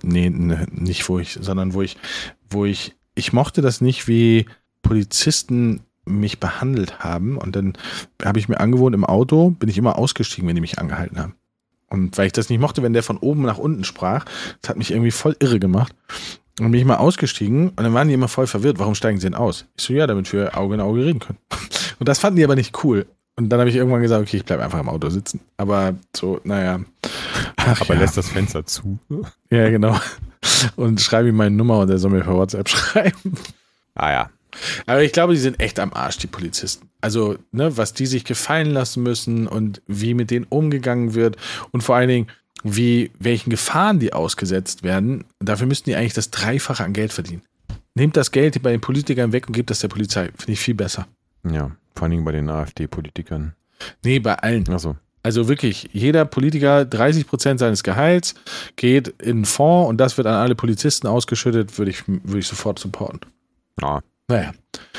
Speaker 3: wo ich mochte das nicht, wie Polizisten mich behandelt haben und dann habe ich mir angewohnt, im Auto bin ich immer ausgestiegen, wenn die mich angehalten haben. Und weil ich das nicht mochte, wenn der von oben nach unten sprach, das hat mich irgendwie voll irre gemacht. Und dann bin ich mal ausgestiegen und dann waren die immer voll verwirrt. Warum steigen sie denn aus? Ich so, ja, damit wir Auge in Auge reden können. Und das fanden die aber nicht cool. Und dann habe ich irgendwann gesagt, okay, ich bleibe einfach im Auto sitzen. Aber so, naja.
Speaker 2: Aber lässt das Fenster zu.
Speaker 3: Ja, genau. Und schreibe ihm meine Nummer und er soll mir per WhatsApp schreiben.
Speaker 2: Ah ja.
Speaker 3: Aber ich glaube, die sind echt am Arsch, die Polizisten. Also, ne, was die sich gefallen lassen müssen und wie mit denen umgegangen wird und vor allen Dingen, welchen Gefahren die ausgesetzt werden, dafür müssten die eigentlich das Dreifache an Geld verdienen. Nehmt das Geld bei den Politikern weg und gebt das der Polizei. Finde ich viel besser.
Speaker 2: Ja, vor allen Dingen bei den AfD-Politikern.
Speaker 3: Nee, bei allen.
Speaker 2: Ach so.
Speaker 3: Also wirklich, jeder Politiker, 30% seines Gehalts geht in einen Fonds und das wird an alle Polizisten ausgeschüttet, würde ich sofort supporten.
Speaker 2: Ja.
Speaker 3: Naja.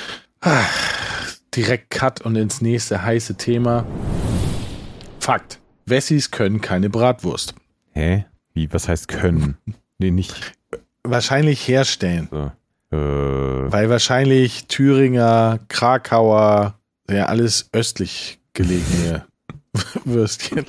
Speaker 3: Direkt Cut und ins nächste heiße Thema. Fakt. Wessis können keine Bratwurst.
Speaker 2: Hä? Wie? Was heißt können? Nee, nicht.
Speaker 3: Wahrscheinlich herstellen.
Speaker 2: So.
Speaker 3: Weil wahrscheinlich Thüringer, Krakauer, ja alles östlich gelegene Würstchen.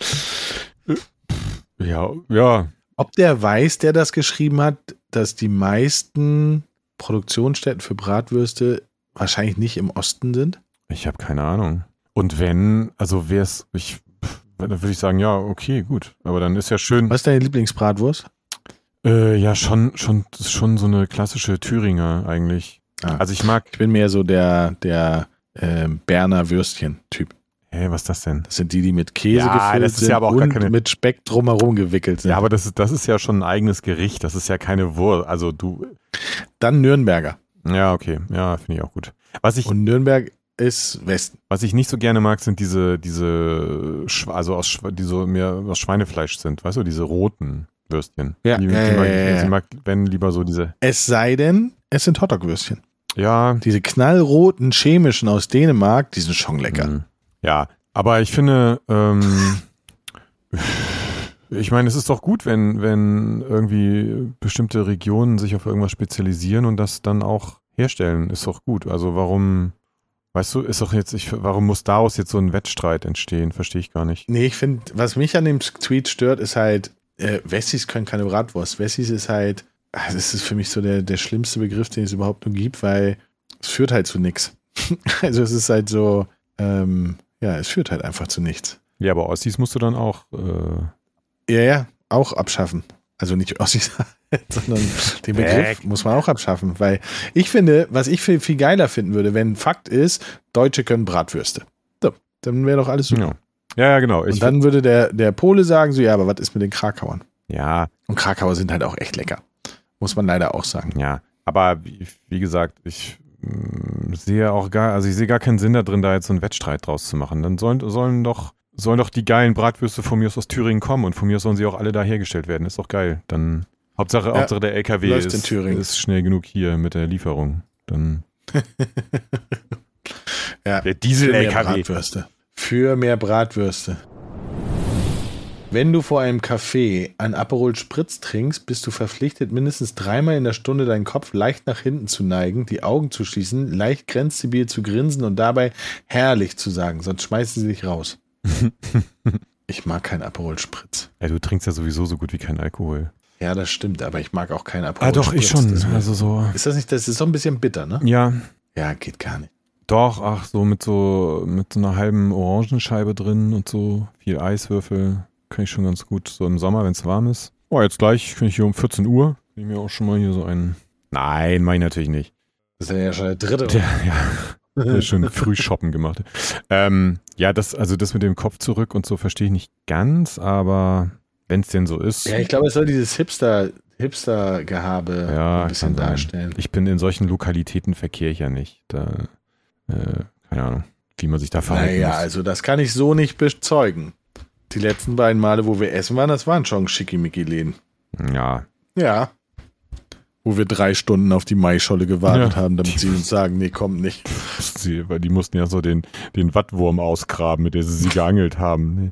Speaker 2: Ja.
Speaker 3: Ob der weiß, der das geschrieben hat, dass die meisten Produktionsstätten für Bratwürste wahrscheinlich nicht im Osten sind?
Speaker 2: Ich habe keine Ahnung. Und wenn, also dann würde ich sagen, ja, okay, gut. Aber dann ist ja schön.
Speaker 3: Was ist deine Lieblingsbratwurst?
Speaker 2: Ja, schon so eine klassische Thüringer eigentlich.
Speaker 3: Ah.
Speaker 2: Also ich bin
Speaker 3: mehr so der Berner Würstchen-Typ.
Speaker 2: Hä, was ist das denn?
Speaker 3: Das sind die mit Käse gefüllt
Speaker 2: das ist
Speaker 3: sind
Speaker 2: ja aber auch
Speaker 3: und
Speaker 2: gar keine...
Speaker 3: mit Speck drumherum gewickelt sind.
Speaker 2: Ja, aber das ist ja schon ein eigenes Gericht. Das ist ja keine Wurst. Also
Speaker 3: Dann Nürnberger.
Speaker 2: Ja, okay. Ja, finde ich auch gut.
Speaker 3: Und Nürnberg ist Westen.
Speaker 2: Was ich nicht so gerne mag, sind die so mehr aus Schweinefleisch sind, weißt du, diese roten Würstchen.
Speaker 3: Ja,
Speaker 2: Ich mag, wenn lieber so diese.
Speaker 3: Es sei denn, es sind Hotdog-Würstchen.
Speaker 2: Ja.
Speaker 3: Diese knallroten chemischen aus Dänemark, die sind schon lecker.
Speaker 2: Ja, aber ich finde, ich meine, es ist doch gut, wenn irgendwie bestimmte Regionen sich auf irgendwas spezialisieren und das dann auch herstellen. Ist doch gut. Also warum, weißt du, warum muss daraus jetzt so ein Wettstreit entstehen? Verstehe ich gar nicht.
Speaker 3: Nee, ich finde, was mich an dem Tweet stört, ist halt, Wessis können keine Bratwurst. Wessis ist halt, das ist für mich so der schlimmste Begriff, den es überhaupt nur gibt, weil es führt halt zu nichts. Also es ist halt so, es führt halt einfach zu nichts.
Speaker 2: Ja, aber Ossis musst du dann auch
Speaker 3: Ja, auch abschaffen. Also nicht Ossis, sondern den Begriff muss man auch abschaffen, weil ich finde, was ich viel geiler finden würde, wenn Fakt ist, Deutsche können Bratwürste. So, dann wäre doch alles super.
Speaker 2: Ja, genau.
Speaker 3: Und dann würde der Pole sagen, so, ja, aber was ist mit den Krakauern?
Speaker 2: Ja.
Speaker 3: Und Krakauer sind halt auch echt lecker. Muss man leider auch sagen.
Speaker 2: Ja, aber wie gesagt, ich sehe gar keinen Sinn da drin, da jetzt so einen Wettstreit draus zu machen. Dann sollen doch die geilen Bratwürste von mir aus Thüringen kommen und von mir aus sollen sie auch alle da hergestellt werden. Ist doch geil. Dann Hauptsache der LKW ist schnell genug hier mit der Lieferung. Dann der Diesel-LKW.
Speaker 3: Für mehr Bratwürste. Wenn du vor einem Café ein Aperol Spritz trinkst, bist du verpflichtet, mindestens 3-mal in der Stunde deinen Kopf leicht nach hinten zu neigen, die Augen zu schließen, leicht grenzdebil zu grinsen und dabei herrlich zu sagen, sonst schmeißen sie dich raus. Ich mag keinen Aperol Spritz.
Speaker 2: Ja, du trinkst ja sowieso so gut wie keinen Alkohol.
Speaker 3: Ja, das stimmt, aber ich mag auch keinen Aperol Spritz.
Speaker 2: Doch, ich schon.
Speaker 3: Ist das nicht, das ist so ein bisschen bitter, ne?
Speaker 2: Ja.
Speaker 3: Ja, geht gar nicht.
Speaker 2: Doch, so mit so einer halben Orangenscheibe drin und so viel Eiswürfel. Kann ich schon ganz gut, so im Sommer, wenn es warm ist. Oh, jetzt gleich, bin ich hier um 14 Uhr. Nehme mir auch schon mal hier so einen. Nein, mach ich natürlich nicht.
Speaker 3: Das ist ja schon der dritte.
Speaker 2: Der ist schon früh shoppen gemacht. Das mit dem Kopf zurück und so verstehe ich nicht ganz, aber wenn es denn so ist.
Speaker 3: Ja, ich glaube, es soll dieses Hipster-Gehabe ein bisschen darstellen.
Speaker 2: Ich bin in solchen Lokalitäten verkehre ich ja nicht. Da, keine Ahnung, wie man sich da verhalten muss.
Speaker 3: Also das kann ich so nicht bezeugen. Die letzten beiden Male, wo wir essen waren, das waren schon Schickimicki-Läden.
Speaker 2: Ja.
Speaker 3: Ja. Wo wir 3 Stunden auf die Maischolle gewartet haben, damit sie uns sagen, nee, kommt nicht.
Speaker 2: Weil die mussten ja so den Wattwurm ausgraben, mit dem sie geangelt haben.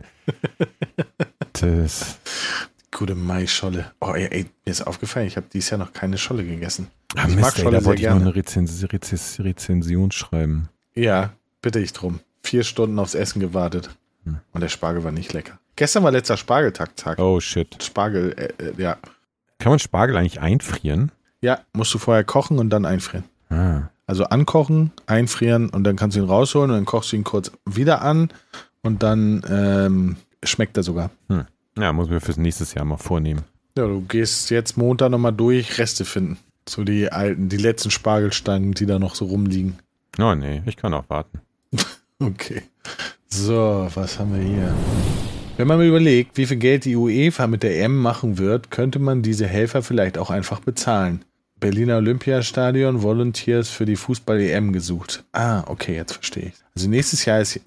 Speaker 2: Das.
Speaker 3: Gute Maischolle. Oh, ey, mir ist aufgefallen, ich habe dieses Jahr noch keine Scholle gegessen.
Speaker 2: Ich mag Scholle sehr gerne. Da wollte ich noch eine Rezension schreiben.
Speaker 3: Ja, bitte ich drum. 4 Stunden aufs Essen gewartet. Und der Spargel war nicht lecker. Gestern war letzter Spargeltag.
Speaker 2: Oh shit.
Speaker 3: Spargel, ja.
Speaker 2: Kann man Spargel eigentlich einfrieren?
Speaker 3: Ja, musst du vorher kochen und dann einfrieren. Also ankochen, einfrieren und dann kannst du ihn rausholen und dann kochst du ihn kurz wieder an und dann schmeckt er sogar.
Speaker 2: Ja, muss mir fürs nächste Jahr mal vornehmen.
Speaker 3: Ja, du gehst jetzt Montag nochmal durch, Reste finden. So die letzten Spargelstangen, die da noch so rumliegen.
Speaker 2: Oh nee, ich kann auch warten.
Speaker 3: Okay. So, was haben wir hier? Wenn man mal überlegt, wie viel Geld die UEFA mit der EM machen wird, könnte man diese Helfer vielleicht auch einfach bezahlen. Berliner Olympiastadion, Volunteers für die Fußball-EM gesucht. Ah, okay, jetzt verstehe ich. Also nächstes Jahr ist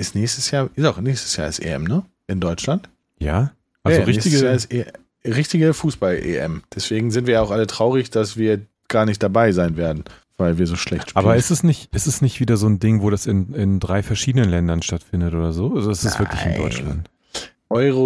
Speaker 3: EM, ne? In Deutschland?
Speaker 2: Ja. Also
Speaker 3: ja, richtige Fußball-EM. Deswegen sind wir ja auch alle traurig, dass wir gar nicht dabei sein werden, weil wir so schlecht spielen.
Speaker 2: Aber ist es nicht wieder so ein Ding, wo das in 3 verschiedenen Ländern stattfindet oder so? Also ist es wirklich in Deutschland?
Speaker 3: Euro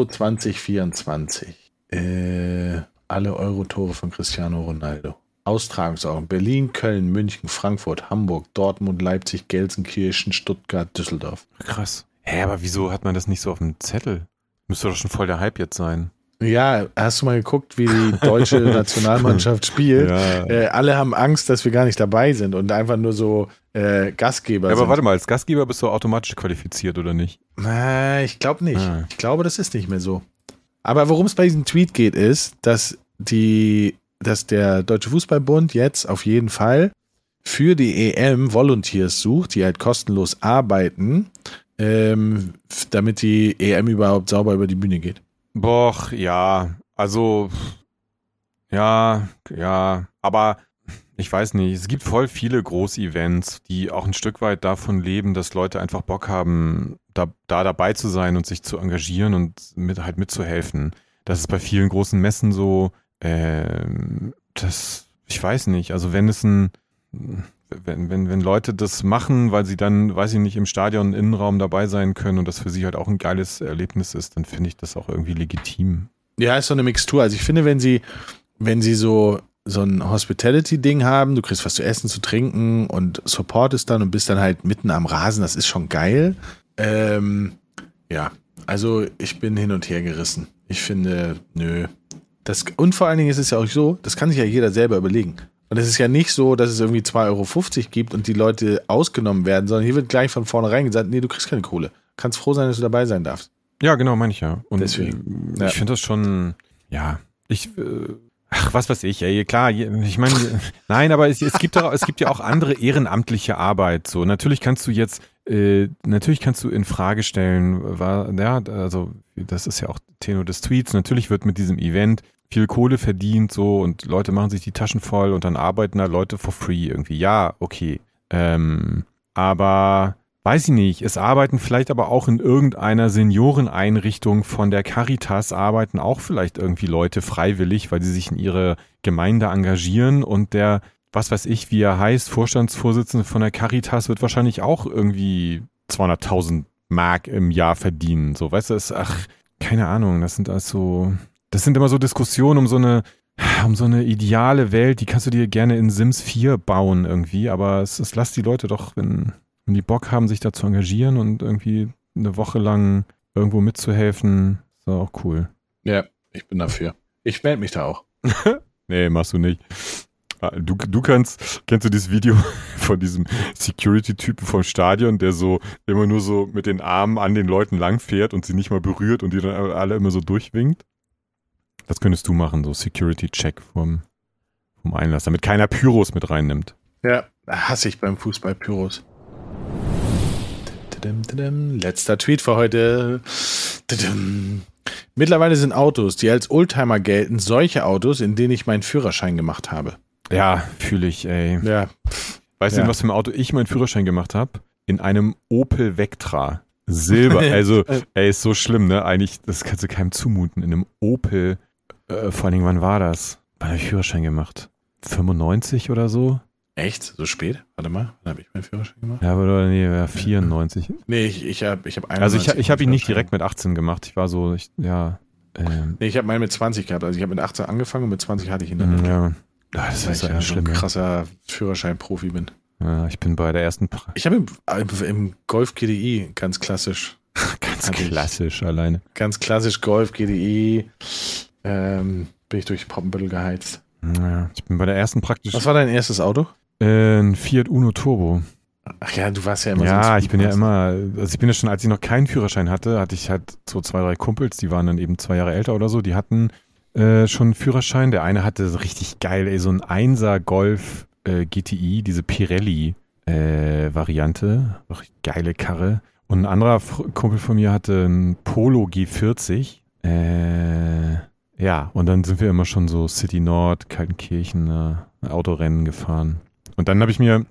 Speaker 3: 2024. Alle Euro-Tore von Cristiano Ronaldo. Austragungsorte: Berlin, Köln, München, Frankfurt, Hamburg, Dortmund, Leipzig, Gelsenkirchen, Stuttgart, Düsseldorf.
Speaker 2: Krass. Aber wieso hat man das nicht so auf dem Zettel? Müsste doch schon voll der Hype jetzt sein.
Speaker 3: Ja, hast du mal geguckt, wie die deutsche Nationalmannschaft spielt? Ja. Alle haben Angst, dass wir gar nicht dabei sind und einfach nur so Gastgeber sind.
Speaker 2: Aber warte mal, als Gastgeber bist du automatisch qualifiziert, oder nicht?
Speaker 3: Na, ich glaube nicht. Ich glaube, das ist nicht mehr so. Aber worum es bei diesem Tweet geht, ist, dass der Deutsche Fußballbund jetzt auf jeden Fall für die EM Volunteers sucht, die halt kostenlos arbeiten, damit die EM überhaupt sauber über die Bühne geht.
Speaker 2: Boah, ja, also, ja, aber ich weiß nicht, es gibt voll viele Groß-Events, die auch ein Stück weit davon leben, dass Leute einfach Bock haben, da dabei zu sein und sich zu engagieren und mitzuhelfen. Das ist bei vielen großen Messen so, ich weiß nicht, also wenn Leute das machen, weil sie dann, weiß ich nicht, im Stadion Innenraum dabei sein können und das für sie halt auch ein geiles Erlebnis ist, dann finde ich das auch irgendwie legitim.
Speaker 3: Ja, ist so eine Mixtur. Also ich finde, wenn sie so ein Hospitality-Ding haben, du kriegst was zu essen, zu trinken und Support ist dann und bist dann halt mitten am Rasen, das ist schon geil. Ja, also ich bin hin und her gerissen. Ich finde, nö. Und vor allen Dingen ist es ja auch so, das kann sich ja jeder selber überlegen. Und es ist ja nicht so, dass es irgendwie 2,50 € gibt und die Leute ausgenommen werden, sondern hier wird gleich von vornherein gesagt, nee, du kriegst keine Kohle. Kannst froh sein, dass du dabei sein darfst.
Speaker 2: Ja, genau, meine ich ja. Und
Speaker 3: deswegen.
Speaker 2: Ich finde das schon, ja, was weiß ich, ey, klar, ich meine, nein, aber es gibt ja auch andere ehrenamtliche Arbeit, so. Natürlich kannst du in Frage stellen, also, das ist ja auch Tenor des Tweets, natürlich wird mit diesem Event viel Kohle verdient, so, und Leute machen sich die Taschen voll und dann arbeiten da Leute for free irgendwie. Ja, okay. Aber weiß ich nicht, es arbeiten vielleicht aber auch in irgendeiner Senioreneinrichtung von der Caritas, arbeiten auch vielleicht irgendwie Leute freiwillig, weil sie sich in ihre Gemeinde engagieren und der, was weiß ich, wie er heißt, Vorstandsvorsitzende von der Caritas wird wahrscheinlich auch irgendwie 200.000 Mark im Jahr verdienen. So, weißt du, keine Ahnung, das sind immer so Diskussionen um so eine ideale Welt, die kannst du dir gerne in Sims 4 bauen irgendwie, aber lass die Leute doch, wenn die Bock haben, sich da zu engagieren und irgendwie eine Woche lang irgendwo mitzuhelfen, ist auch cool.
Speaker 3: Ja, ich bin dafür. Ich melde mich da auch.
Speaker 2: Nee, machst du nicht. Kennst du dieses Video von diesem Security-Typen vom Stadion, der so immer nur so mit den Armen an den Leuten langfährt und sie nicht mal berührt und die dann alle immer so durchwinkt? Das könntest du machen, so Security-Check vom Einlass, damit keiner Pyros mit reinnimmt.
Speaker 3: Ja, hasse ich beim Fußball Pyros. Letzter Tweet für heute. Mittlerweile sind Autos, die als Oldtimer gelten, solche Autos, in denen ich meinen Führerschein gemacht habe.
Speaker 2: Ja, fühle ich, ey.
Speaker 3: Ja.
Speaker 2: Weißt du, in was für einem Auto ich meinen Führerschein gemacht habe? In einem Opel Vectra. Silber. Also, ey, ist so schlimm, ne? Eigentlich, das kannst du keinem zumuten. In einem Opel, vor allen Dingen, wann war das? Wann habe ich Führerschein gemacht? 95 oder so?
Speaker 3: Echt? So spät? Warte mal, wann habe ich meinen Führerschein gemacht?
Speaker 2: Ja, aber nee, 94.
Speaker 3: Nee, ich hab
Speaker 2: Also ich habe ihn nicht direkt mit 18 gemacht. Ich war so,
Speaker 3: Nee, ich habe meinen mit 20 gehabt. Also ich habe mit 18 angefangen und mit 20 hatte ich ihn dann.
Speaker 2: Ja. Das ist ja schlimm.
Speaker 3: So ein krasser Führerschein-Profi bin.
Speaker 2: Ja, ich bin bei der ersten...
Speaker 3: Ich habe im Golf GTI ganz klassisch.
Speaker 2: Alleine.
Speaker 3: Ganz klassisch Golf GTI. Bin ich durch Poppenbüttel geheizt.
Speaker 2: Ja, ich bin bei der ersten praktisch...
Speaker 3: Was war dein erstes Auto?
Speaker 2: Ein Fiat Uno Turbo.
Speaker 3: Ach ja, du warst ja immer so.
Speaker 2: Ja, ich bin ja schon, als ich noch keinen Führerschein hatte ich halt so 2, 3 Kumpels, die waren dann eben 2 Jahre älter oder so, die hatten schon einen Führerschein. Der eine hatte so richtig geil, so ein 1er Golf GTI, diese Pirelli Variante, geile Karre. Und ein anderer Kumpel von mir hatte einen Polo G40. Ja, und dann sind wir immer schon so City Nord, Kaltenkirchen, Autorennen gefahren. Und dann habe ich mir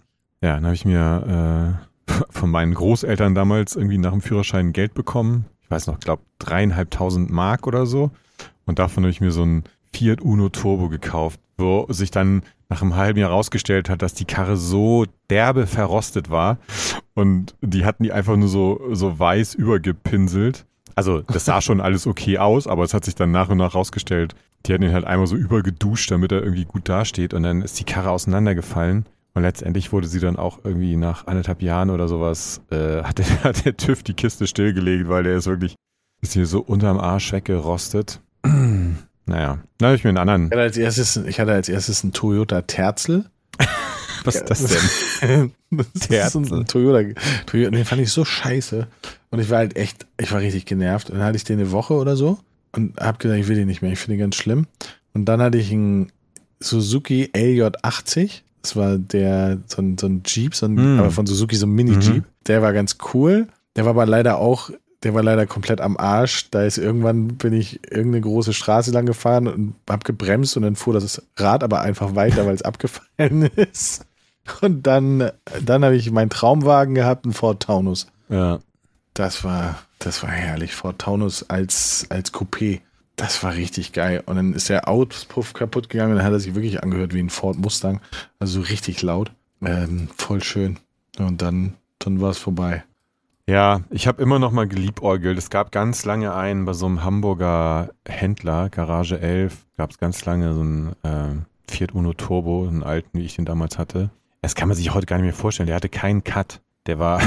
Speaker 2: von meinen Großeltern damals irgendwie nach dem Führerschein Geld bekommen. Ich weiß noch, glaube 3.500 Mark oder so. Und davon habe ich mir so ein Fiat Uno Turbo gekauft, wo sich dann nach einem halben Jahr rausgestellt hat, dass die Karre so derbe verrostet war. Und die hatten die einfach nur so weiß übergepinselt. Also das sah schon alles okay aus, aber es hat sich dann nach und nach rausgestellt, die hatten ihn halt einmal so übergeduscht, damit er irgendwie gut dasteht. Und dann ist die Karre auseinandergefallen. Und letztendlich wurde sie dann auch irgendwie nach 1,5 Jahren oder sowas, hat der TÜV die Kiste stillgelegt, weil der ist hier so unterm Arsch weggerostet. Naja, dann habe ich mir einen anderen.
Speaker 3: Ich hatte als erstes einen Toyota Terzel.
Speaker 2: Was ist das denn?
Speaker 3: Das ist ein Toyota. Den fand ich so scheiße. Und ich war richtig genervt. Und dann hatte ich den eine Woche oder so und habe gesagt, ich will den nicht mehr. Ich finde den ganz schlimm. Und dann hatte ich einen Suzuki LJ80. Das war so ein Jeep, aber von Suzuki so ein Mini-Jeep. Der war ganz cool. Der war aber leider auch, Der war leider komplett am Arsch. Bin ich irgendeine große Straße lang gefahren und hab gebremst und dann fuhr das Rad aber einfach weiter, weil es abgefallen ist. Und dann habe ich meinen Traumwagen gehabt, einen Ford Taunus.
Speaker 2: Ja.
Speaker 3: Das war herrlich. Ford Taunus als Coupé. Das war richtig geil. Und dann ist der Auspuff kaputt gegangen und dann hat er sich wirklich angehört wie ein Ford Mustang. Also so richtig laut. Voll schön. Und dann war es vorbei.
Speaker 2: Ja, ich habe immer noch mal geliebäugelt. Es gab ganz lange bei so einem Hamburger Händler, Garage 11, gab es ganz lange so einen Fiat Uno Turbo, einen alten, wie ich den damals hatte. Das kann man sich heute gar nicht mehr vorstellen. Der hatte keinen Cut. Der war,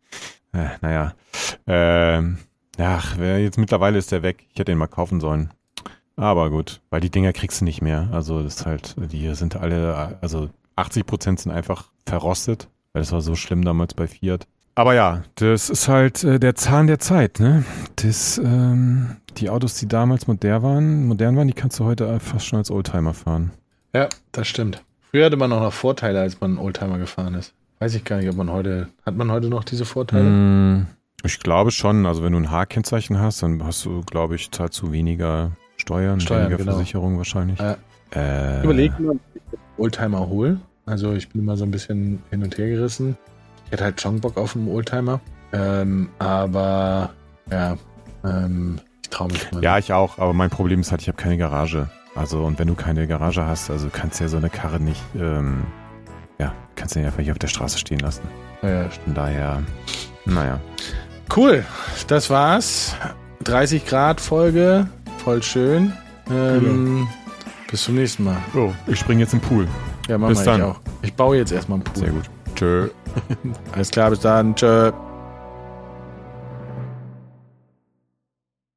Speaker 2: jetzt mittlerweile ist der weg. Ich hätte ihn mal kaufen sollen. Aber gut, weil die Dinger kriegst du nicht mehr. Also das ist halt, die sind alle, also 80% sind einfach verrostet. Weil das war so schlimm damals bei Fiat. Aber ja, das ist halt der Zahn der Zeit, ne? Die Autos, die damals modern waren, die kannst du heute fast schon als Oldtimer fahren.
Speaker 3: Ja, das stimmt. Früher hatte man auch noch Vorteile, als man einen Oldtimer gefahren ist. Weiß ich gar nicht, hat man heute noch diese Vorteile?
Speaker 2: Ich glaube schon. Also wenn du ein H-Kennzeichen hast, dann hast du, glaube ich, zahlst du weniger Steuern, weniger genau. Versicherung wahrscheinlich.
Speaker 3: Ich überlege mal, ob ich einen Oldtimer hole. Also ich bin immer so ein bisschen hin und her gerissen. Ich hätte halt schon Bock auf einen Oldtimer. Aber ja, ich traue mich mal.
Speaker 2: Ja, ich auch. Aber mein Problem ist halt, ich habe keine Garage. Also und wenn du keine Garage hast, also kannst du ja so eine Karre nicht, kannst du ja einfach hier auf der Straße stehen lassen.
Speaker 3: Ja,
Speaker 2: von daher, naja.
Speaker 3: Cool, das war's. 30 Grad Folge, voll schön. Bis zum nächsten Mal.
Speaker 2: Oh, ich springe jetzt im Pool.
Speaker 3: Ja, mach mal, ich auch. Ich baue jetzt erstmal einen Pool.
Speaker 2: Sehr gut. Tschö.
Speaker 3: Alles klar, bis dann. Tschö.